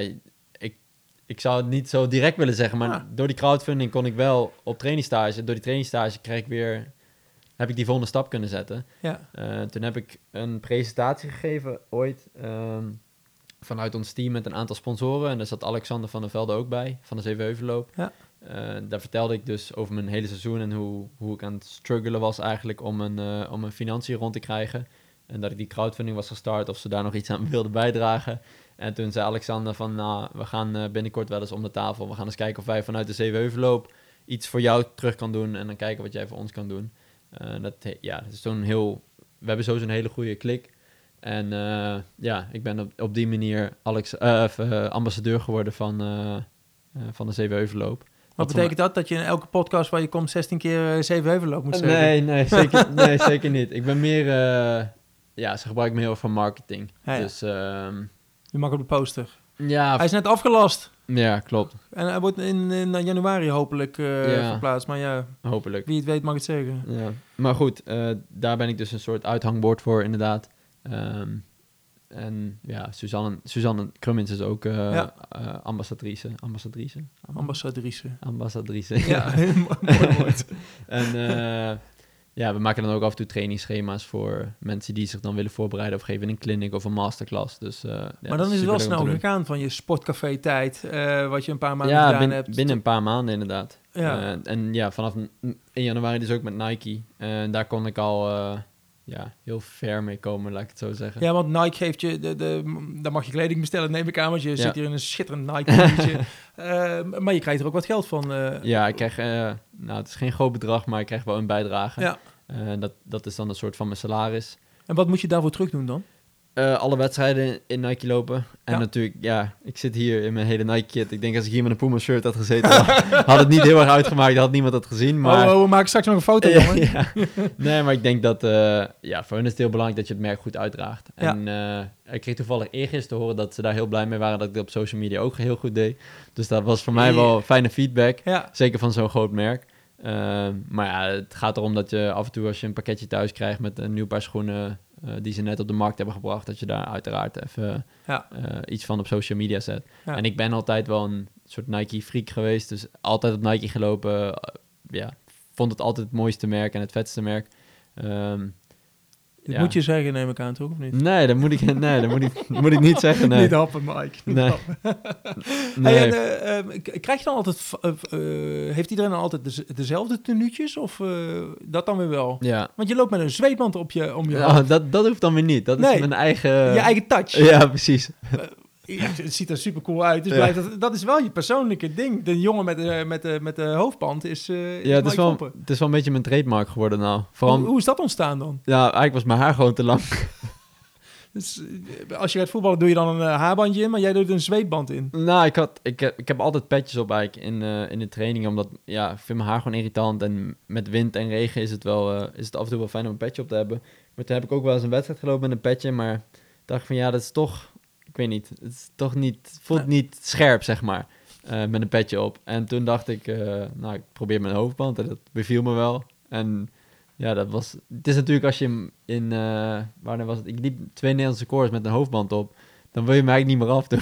Ik zou het niet zo direct willen zeggen, maar ah. door die crowdfunding kon ik wel op trainingstage. Door die trainingstage kreeg ik weer, heb ik die volgende stap kunnen zetten. Ja. Uh, toen heb ik een presentatie gegeven ooit um, vanuit ons team met een aantal sponsoren. En daar zat Alexander van der Velde ook bij, van de Zevenheuvelloop. Ja. Uh, daar vertelde ik dus over mijn hele seizoen en hoe, hoe ik aan het struggelen was eigenlijk om een, uh, om mijn financiën rond te krijgen. En dat ik die crowdfunding was gestart, of ze daar nog iets aan wilden bijdragen. En toen zei Alexander van, nou, we gaan uh, binnenkort wel eens om de tafel. We gaan eens kijken of wij vanuit de Zevenheuvelloop iets voor jou terug kan doen. En dan kijken wat jij voor ons kan doen. Uh, dat, ja, dat is zo'n heel... We hebben sowieso een hele goede klik. En uh, ja, ik ben op, op die manier Alex, uh, uh, ambassadeur geworden van, uh, uh, van de Zevenheuvelloop. Wat, Wat betekent dat? Dat je in elke podcast waar je komt zestien keer uh, Zevenheuvelloop moet zeggen? Nee, nee, zeker, nee, zeker niet. Ik ben meer... Uh, ja, ze gebruiken me heel erg voor marketing. Ja, ja. Dus... Uh, Je mag op de poster. Ja. Hij is net afgelast. Ja, klopt. En hij wordt in, in januari hopelijk uh, ja. verplaatst. Maar ja, hopelijk. Wie het weet mag het zeggen. Ja. Maar goed, uh, daar ben ik dus een soort uithangbord voor inderdaad. Um, en ja, Suzanne, Suzanne Krummins is ook uh, ja. uh, ambassadrice. Ambassadrice? Ambassadrice. Ambassadrice. Ja, mooi woord. En uh, ja, we maken dan ook af en toe trainingsschema's voor mensen die zich dan willen voorbereiden of geven een clinic of een masterclass. Dus, uh, ja, maar dan is het wel snel gegaan van je sportcafé-tijd, uh, wat je een paar maanden ja, gedaan bin, hebt. binnen een paar maanden inderdaad. Ja. Uh, en ja, vanaf één januari dus ook met Nike. En uh, daar kon ik al uh, ja, heel ver mee komen, laat ik het zo zeggen. Ja, want Nike geeft je, de, de, dan mag je kleding bestellen, neem ik aan, want je ja. zit hier in een schitterend Nike uh, maar je krijgt er ook wat geld van. Uh, ja, ik krijg, uh, nou het is geen groot bedrag, maar ik krijg wel een bijdrage. Ja. Uh, dat, dat is dan een soort van mijn salaris. En wat moet je daarvoor terug doen dan? Uh, alle wedstrijden in Nike lopen. En ja. natuurlijk, ja, ik zit hier in mijn hele Nike-kit. Ik denk als ik hier met een Puma-shirt had gezeten, had het niet heel erg uitgemaakt. Had niemand dat gezien. Maar... Oh, oh, we maken straks nog een foto, jongen. ja. Nee, maar ik denk dat, uh, ja, voor hen is het heel belangrijk dat je het merk goed uitdraagt. Ja. En uh, ik kreeg toevallig eergisteren te horen dat ze daar heel blij mee waren dat ik dat op social media ook heel goed deed. Dus dat was voor mij wel fijne feedback. Ja. Zeker van zo'n groot merk. Uh, maar ja, het gaat erom dat je af en toe als je een pakketje thuis krijgt met een nieuw paar schoenen uh, die ze net op de markt hebben gebracht, dat je daar uiteraard even ja. uh, iets van op social media zet. Ja. En ik ben altijd wel een soort Nike-freak geweest. Dus altijd op Nike gelopen. Uh, ja, vond het altijd het mooiste merk en het vetste merk. Um, Dat ja. moet je zeggen, neem ik aan, toch? Of niet? Nee, dat moet ik, nee, dat moet ik, moet ik niet zeggen. Nee. Niet happen, Mike. Niet nee. happen. nee. Hey, en, uh, uh, krijg je dan altijd... Uh, uh, heeft iedereen dan altijd de, dezelfde tenuutjes? Of uh, dat dan weer wel? Ja. Want je loopt met een zweetband op je, om je oh, dat, dat hoeft dan weer niet. Dat nee. is mijn eigen... Je eigen touch. Ja, precies. Uh, ja, het ziet er super cool uit. Dus ja. dat, dat is wel je persoonlijke ding. De jongen met de, met de, met de hoofdband is, uh, ja, is het is, wel, het is wel een beetje mijn trademark geworden nou. Vooral, hoe, hoe is dat ontstaan dan? Ja, eigenlijk was mijn haar gewoon te lang. Dus, als je gaat voetballen doe je dan een uh, haarbandje in, maar jij doet een zweetband in. Nou, ik, had, ik, heb, ik heb altijd petjes op eigenlijk in, uh, in de training, omdat ja, ik vind mijn haar gewoon irritant. En met wind en regen is het, wel, uh, is het af en toe wel fijn om een petje op te hebben. Maar toen heb ik ook wel eens een wedstrijd gelopen met een petje, maar dacht ik van ja, dat is toch... Ik weet niet, het is toch niet, voelt ja. niet scherp, zeg maar, uh, met een petje op. En toen dacht ik, uh, nou, ik probeer mijn hoofdband en dat beviel me wel. En ja, dat was... Het is natuurlijk als je in... Uh, wanneer was het? Ik liep twee Nederlandse koers met een hoofdband op. Dan wil je me eigenlijk niet meer afdoen.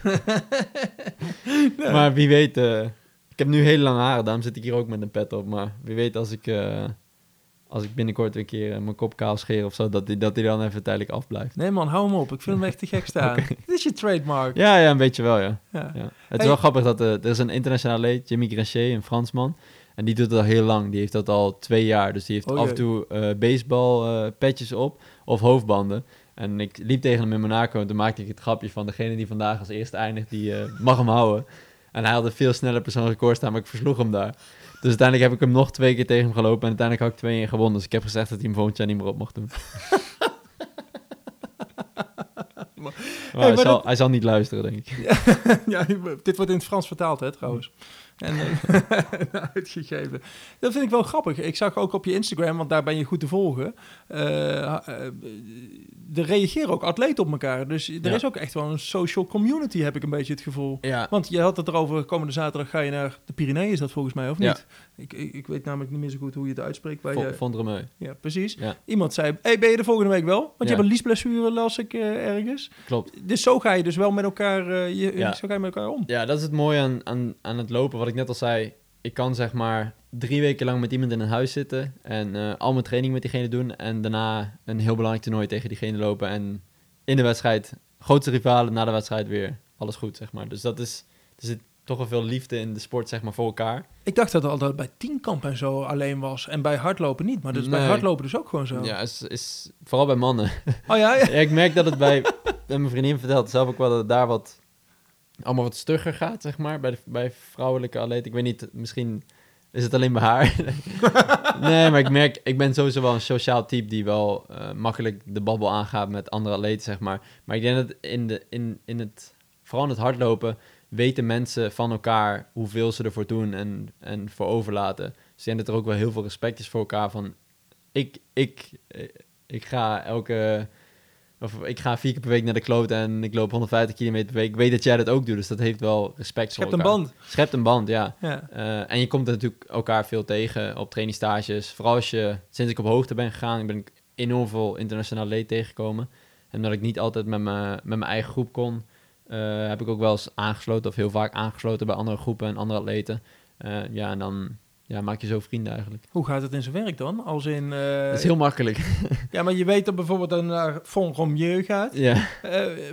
nee. Maar wie weet... Uh, ik heb nu hele lange haren, daarom zit ik hier ook met een pet op. Maar wie weet als ik... Uh, als ik binnenkort weer een keer uh, mijn kop kaal scheer of zo, dat die, dat die dan even tijdelijk afblijft. Nee man, hou hem op. Ik vind hem echt te gek staan. Okay. Dit is je trademark. Ja, ja, een beetje wel, ja. ja. ja. Het hey. is wel grappig dat uh, er is een internationale leed, Jimmy Granchet, een Fransman. En die doet het al heel lang. Die heeft dat al twee jaar. Dus die heeft oh, af en toe uh, baseball uh, petjes op of hoofdbanden. En ik liep tegen hem in Monaco en toen maakte ik het grapje van degene die vandaag als eerste eindigt, die uh, mag hem houden. En hij had een veel sneller persoonlijk record staan, maar ik versloeg hem daar. Dus uiteindelijk heb ik hem nog twee keer tegen hem gelopen en uiteindelijk had ik twee in gewonnen. Dus ik heb gezegd dat hij hem volgend jaar niet meer op mocht doen. maar hey, hij, maar zal, dat... hij zal niet luisteren, denk ik. ja, dit wordt in het Frans vertaald, hè, trouwens. En uh, uitgegeven. Dat vind ik wel grappig. Ik zag ook op je Instagram, want daar ben je goed te volgen. Uh, uh, er reageren ook atleten op elkaar. Dus er ja. is ook echt wel een social community, heb ik een beetje het gevoel. Ja. Want je had het erover, komende zaterdag ga je naar de Pyreneeën, is dat volgens mij, of niet? Ja. Ik, ik, ik weet namelijk niet meer zo goed hoe je het uitspreekt. Bij v- je... Vendremeu. Ja, precies. Ja. Iemand zei, hey, ben je er volgende week wel? Want ja. je hebt een liesblessure, las ik uh, ergens. Klopt. Dus zo ga je dus wel met elkaar, uh, je, ja. zo ga je met elkaar om. Ja, dat is het mooie aan, aan, aan het lopen. Wat ik net al zei, ik kan zeg maar drie weken lang met iemand in een huis zitten en uh, al mijn training met diegene doen en daarna een heel belangrijk toernooi tegen diegene lopen en in de wedstrijd, grootste rivalen, na de wedstrijd weer alles goed, zeg maar. Dus dat is, er zit toch wel veel liefde in de sport, zeg maar, voor elkaar. Ik dacht dat het altijd bij tienkamp en zo alleen was en bij hardlopen niet, maar dus nee. bij hardlopen dus ook gewoon zo. Ja, is, is vooral bij mannen. Oh ja? ja. ja ik merk dat het bij, en mijn vriendin vertelt zelf ook wel dat het daar wat, allemaal wat stugger gaat, zeg maar, bij, de, bij vrouwelijke atleten. Ik weet niet, misschien is het alleen bij haar. nee, maar ik merk, ik ben sowieso wel een sociaal type die wel uh, makkelijk de babbel aangaat met andere atleten, zeg maar. Maar ik denk dat in, de, in, in het, vooral in het hardlopen, weten mensen van elkaar hoeveel ze ervoor doen en, en voor overlaten. Dus ik denk dat er ook wel heel veel respect is voor elkaar van, ik, ik, ik ga elke... Of ik ga vier keer per week naar de kloot en ik loop honderdvijftig kilometer per week. Ik weet dat jij dat ook doet, dus dat heeft wel respect Schept voor elkaar. een band. Schept een band, ja. ja. Uh, en je komt er natuurlijk elkaar veel tegen op trainingstages. Vooral als je, sinds ik op hoogte ben gegaan, ben ik enorm veel internationaal leed tegengekomen. En omdat ik niet altijd met, me, met mijn eigen groep kon, uh, heb ik ook wel eens aangesloten, of heel vaak aangesloten bij andere groepen en andere atleten. Uh, ja, en dan... Ja, maak je zo vrienden eigenlijk. Hoe gaat het in zijn werk dan? Als in... Uh... Dat is heel makkelijk. ja, maar je weet dat bijvoorbeeld dan naar Vendremeu gaat. Ja. Uh, uh,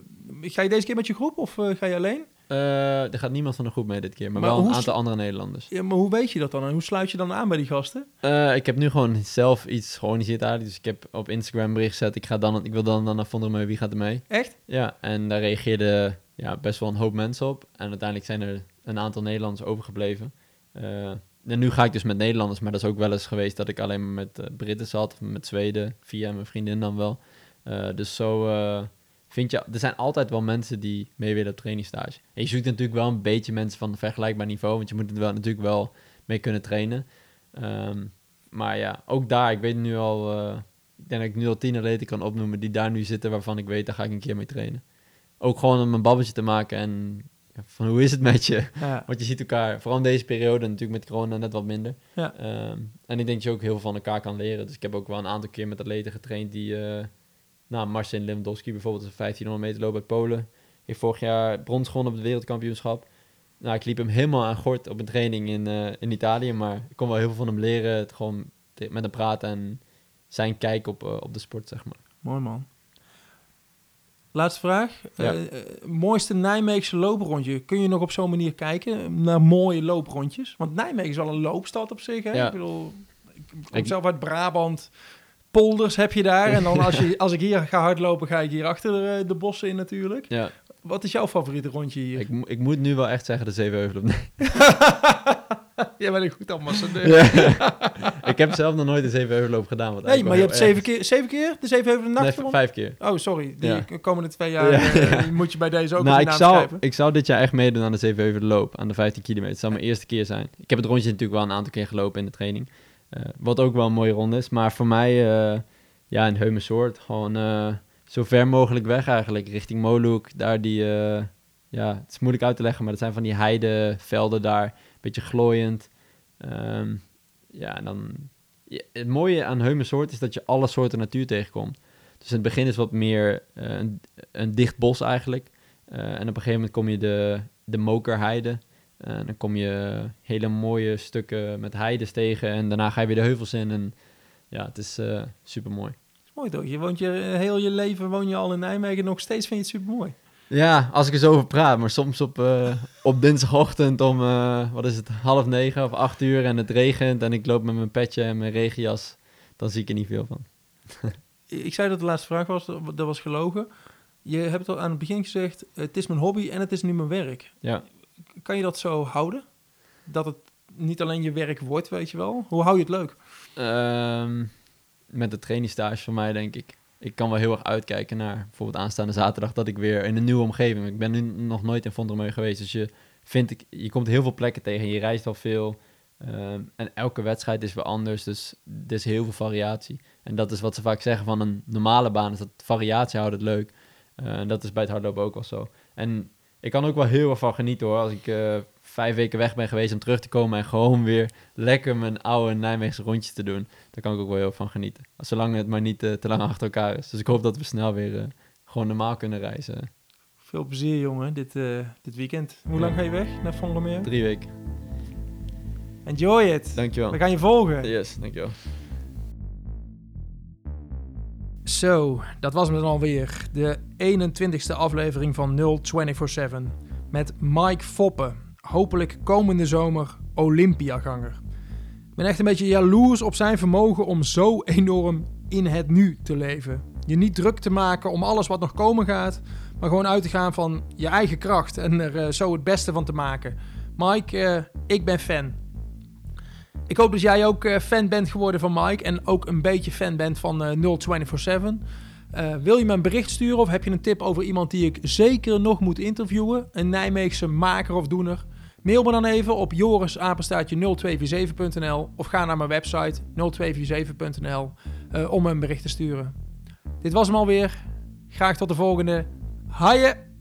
ga je deze keer met je groep of uh, ga je alleen? Uh, er gaat niemand van de groep mee dit keer, maar, maar wel een aantal slu- andere Nederlanders. Ja, maar hoe weet je dat dan? En hoe sluit je dan aan bij die gasten? Uh, ik heb nu gewoon zelf iets georganiseerd eigenlijk. Dus ik heb op Instagram een bericht gezet. Ik, ga dan, ik wil dan, dan naar Vendremeu, wie gaat er mee? Echt? Ja, en daar reageerden ja, best wel een hoop mensen op. En uiteindelijk zijn er een aantal Nederlanders overgebleven. Uh, En nu ga ik dus met Nederlanders, maar dat is ook wel eens geweest dat ik alleen maar met uh, Britten zat, of met Zweden, via mijn vriendin dan wel. Uh, dus zo uh, vind je, er zijn altijd wel mensen die mee willen op trainingsstage. En je zoekt natuurlijk wel een beetje mensen van een vergelijkbaar niveau, want je moet er wel, natuurlijk wel mee kunnen trainen. Um, maar ja, ook daar, ik weet nu al, uh, ik denk dat ik nu al tien atleten kan opnoemen die daar nu zitten, waarvan ik weet, daar ga ik een keer mee trainen. Ook gewoon om een babbeltje te maken en... Van hoe is het met je? Ja. Want je ziet elkaar, vooral in deze periode, natuurlijk met corona net wat minder. Ja. Um, en ik denk dat je ook heel veel van elkaar kan leren. Dus ik heb ook wel een aantal keer met atleten getraind die... Uh, nou, Marcin Lewandowski bijvoorbeeld, een vijftienhonderd meter loop uit Polen. Heeft vorig jaar brons gewonnen op het wereldkampioenschap. Nou, ik liep hem helemaal aan gort op een training in, uh, in Italië, maar ik kon wel heel veel van hem leren. Het gewoon te, met hem praten en zijn kijk op, uh, op de sport, zeg maar. Mooi, man. Laatste vraag. Ja. Uh, uh, mooiste Nijmeegse looprondje. Kun je nog op zo'n manier kijken naar mooie looprondjes? Want Nijmegen is wel een loopstad op zich. Hè? Ja. Ik bedoel, ik kom Ik... zelf uit Brabant. Polders heb je daar. En dan als, je, als ik hier ga hardlopen, ga ik hier achter de, de bossen in natuurlijk. Ja. Wat is jouw favoriete rondje hier? Ik, ik moet nu wel echt zeggen de Zevenheuvel. Jij bent een goed ambassadeur. Ja. Ik heb zelf nog nooit de Zevenheuvelloop gedaan. Wat Nee, maar je hebt zeven keer, zeven keer de Zevenheuvel nacht Nee, gewonnen? vijf keer. Oh, sorry. Die Ja. komende twee jaar Ja. uh, moet je bij deze ook nou, op ik je naam zou, schrijven. ik zou dit jaar echt meedoen aan de Zevenheuvelloop, aan de vijftien kilometer. Het zou mijn eerste keer zijn. Ik heb het rondje natuurlijk wel een aantal keer gelopen in de training. Uh, wat ook wel een mooie ronde is. Maar voor mij, uh, ja, in Heumensoord, gewoon uh, zo ver mogelijk weg eigenlijk. Richting Moluuk, daar die... Uh, ja, het is moeilijk uit te leggen, maar dat zijn van die heidevelden daar. Een beetje glooiend. Um, ja, en dan... Ja, het mooie aan Heumensoord is dat je alle soorten natuur tegenkomt. Dus in het begin is wat meer uh, een, een dicht bos eigenlijk. Uh, en op een gegeven moment kom je de, de Mokerheide. Uh, en dan kom je hele mooie stukken met heides tegen. En daarna ga je weer de heuvels in. En ja, het is uh, super mooi. Dat is mooi toch? Je woont je heel je leven woon je al in Nijmegen. Nog steeds vind je het super mooi. Ja, als ik er zo over praat. Maar soms op, uh, op dinsdagochtend om, uh, wat is het, half negen of acht uur en het regent. En ik loop met mijn petje en mijn regenjas. Dan zie ik er niet veel van. Ik zei dat de laatste vraag was, dat was gelogen. Je hebt al aan het begin gezegd, het is mijn hobby en het is nu mijn werk. Ja. Kan je dat zo houden? Dat het niet alleen je werk wordt, weet je wel? Hoe hou je het leuk? Um, met de trainingstage van mij, denk ik. Ik kan wel heel erg uitkijken naar bijvoorbeeld aanstaande zaterdag dat ik weer in een nieuwe omgeving. Ik ben nu nog nooit in Vondelmeu geweest, dus je vindt ik, je komt heel veel plekken tegen, je reist al veel. Um, en elke wedstrijd is weer anders, dus er is heel veel variatie. En dat is wat ze vaak zeggen van een normale baan, is dat variatie houdt het leuk. Uh, en dat is bij het hardlopen ook wel zo. En ik kan ook wel heel erg van genieten hoor, als ik uh, vijf weken weg ben geweest om terug te komen en gewoon weer lekker mijn oude Nijmeegse rondjes te doen. Daar kan ik ook wel heel erg van genieten. Zolang het maar niet uh, te lang achter elkaar is. Dus ik hoop dat we snel weer uh, gewoon normaal kunnen reizen. Veel plezier jongen, dit, uh, dit weekend. Hoe lang ga je weg naar Vondelmeu? Drie weken. Enjoy it. Dankjewel. We gaan je volgen. Yes, dankjewel. Zo, dat was hem dan alweer. De eenentwintigste aflevering van nul vierentwintig zeven. Met Mike Foppe. Hopelijk komende zomer Olympiaganger. Ik ben echt een beetje jaloers op zijn vermogen om zo enorm in het nu te leven. Je niet druk te maken om alles wat nog komen gaat, maar gewoon uit te gaan van je eigen kracht en er uh, zo het beste van te maken. Mike, uh, ik ben fan. Ik hoop dat jij ook uh, fan bent geworden van Mike en ook een beetje fan bent van uh, nul vierentwintig zeven. Uh, wil je me een bericht sturen of heb je een tip over iemand die ik zeker nog moet interviewen? Een Nijmeegse maker of doener? Mail me dan even op joris apenstaartje nul twee vier zeven punt n l of ga naar mijn website nul twee vier zeven punt n l uh, om me een bericht te sturen. Dit was hem alweer. Graag tot de volgende. Haaien!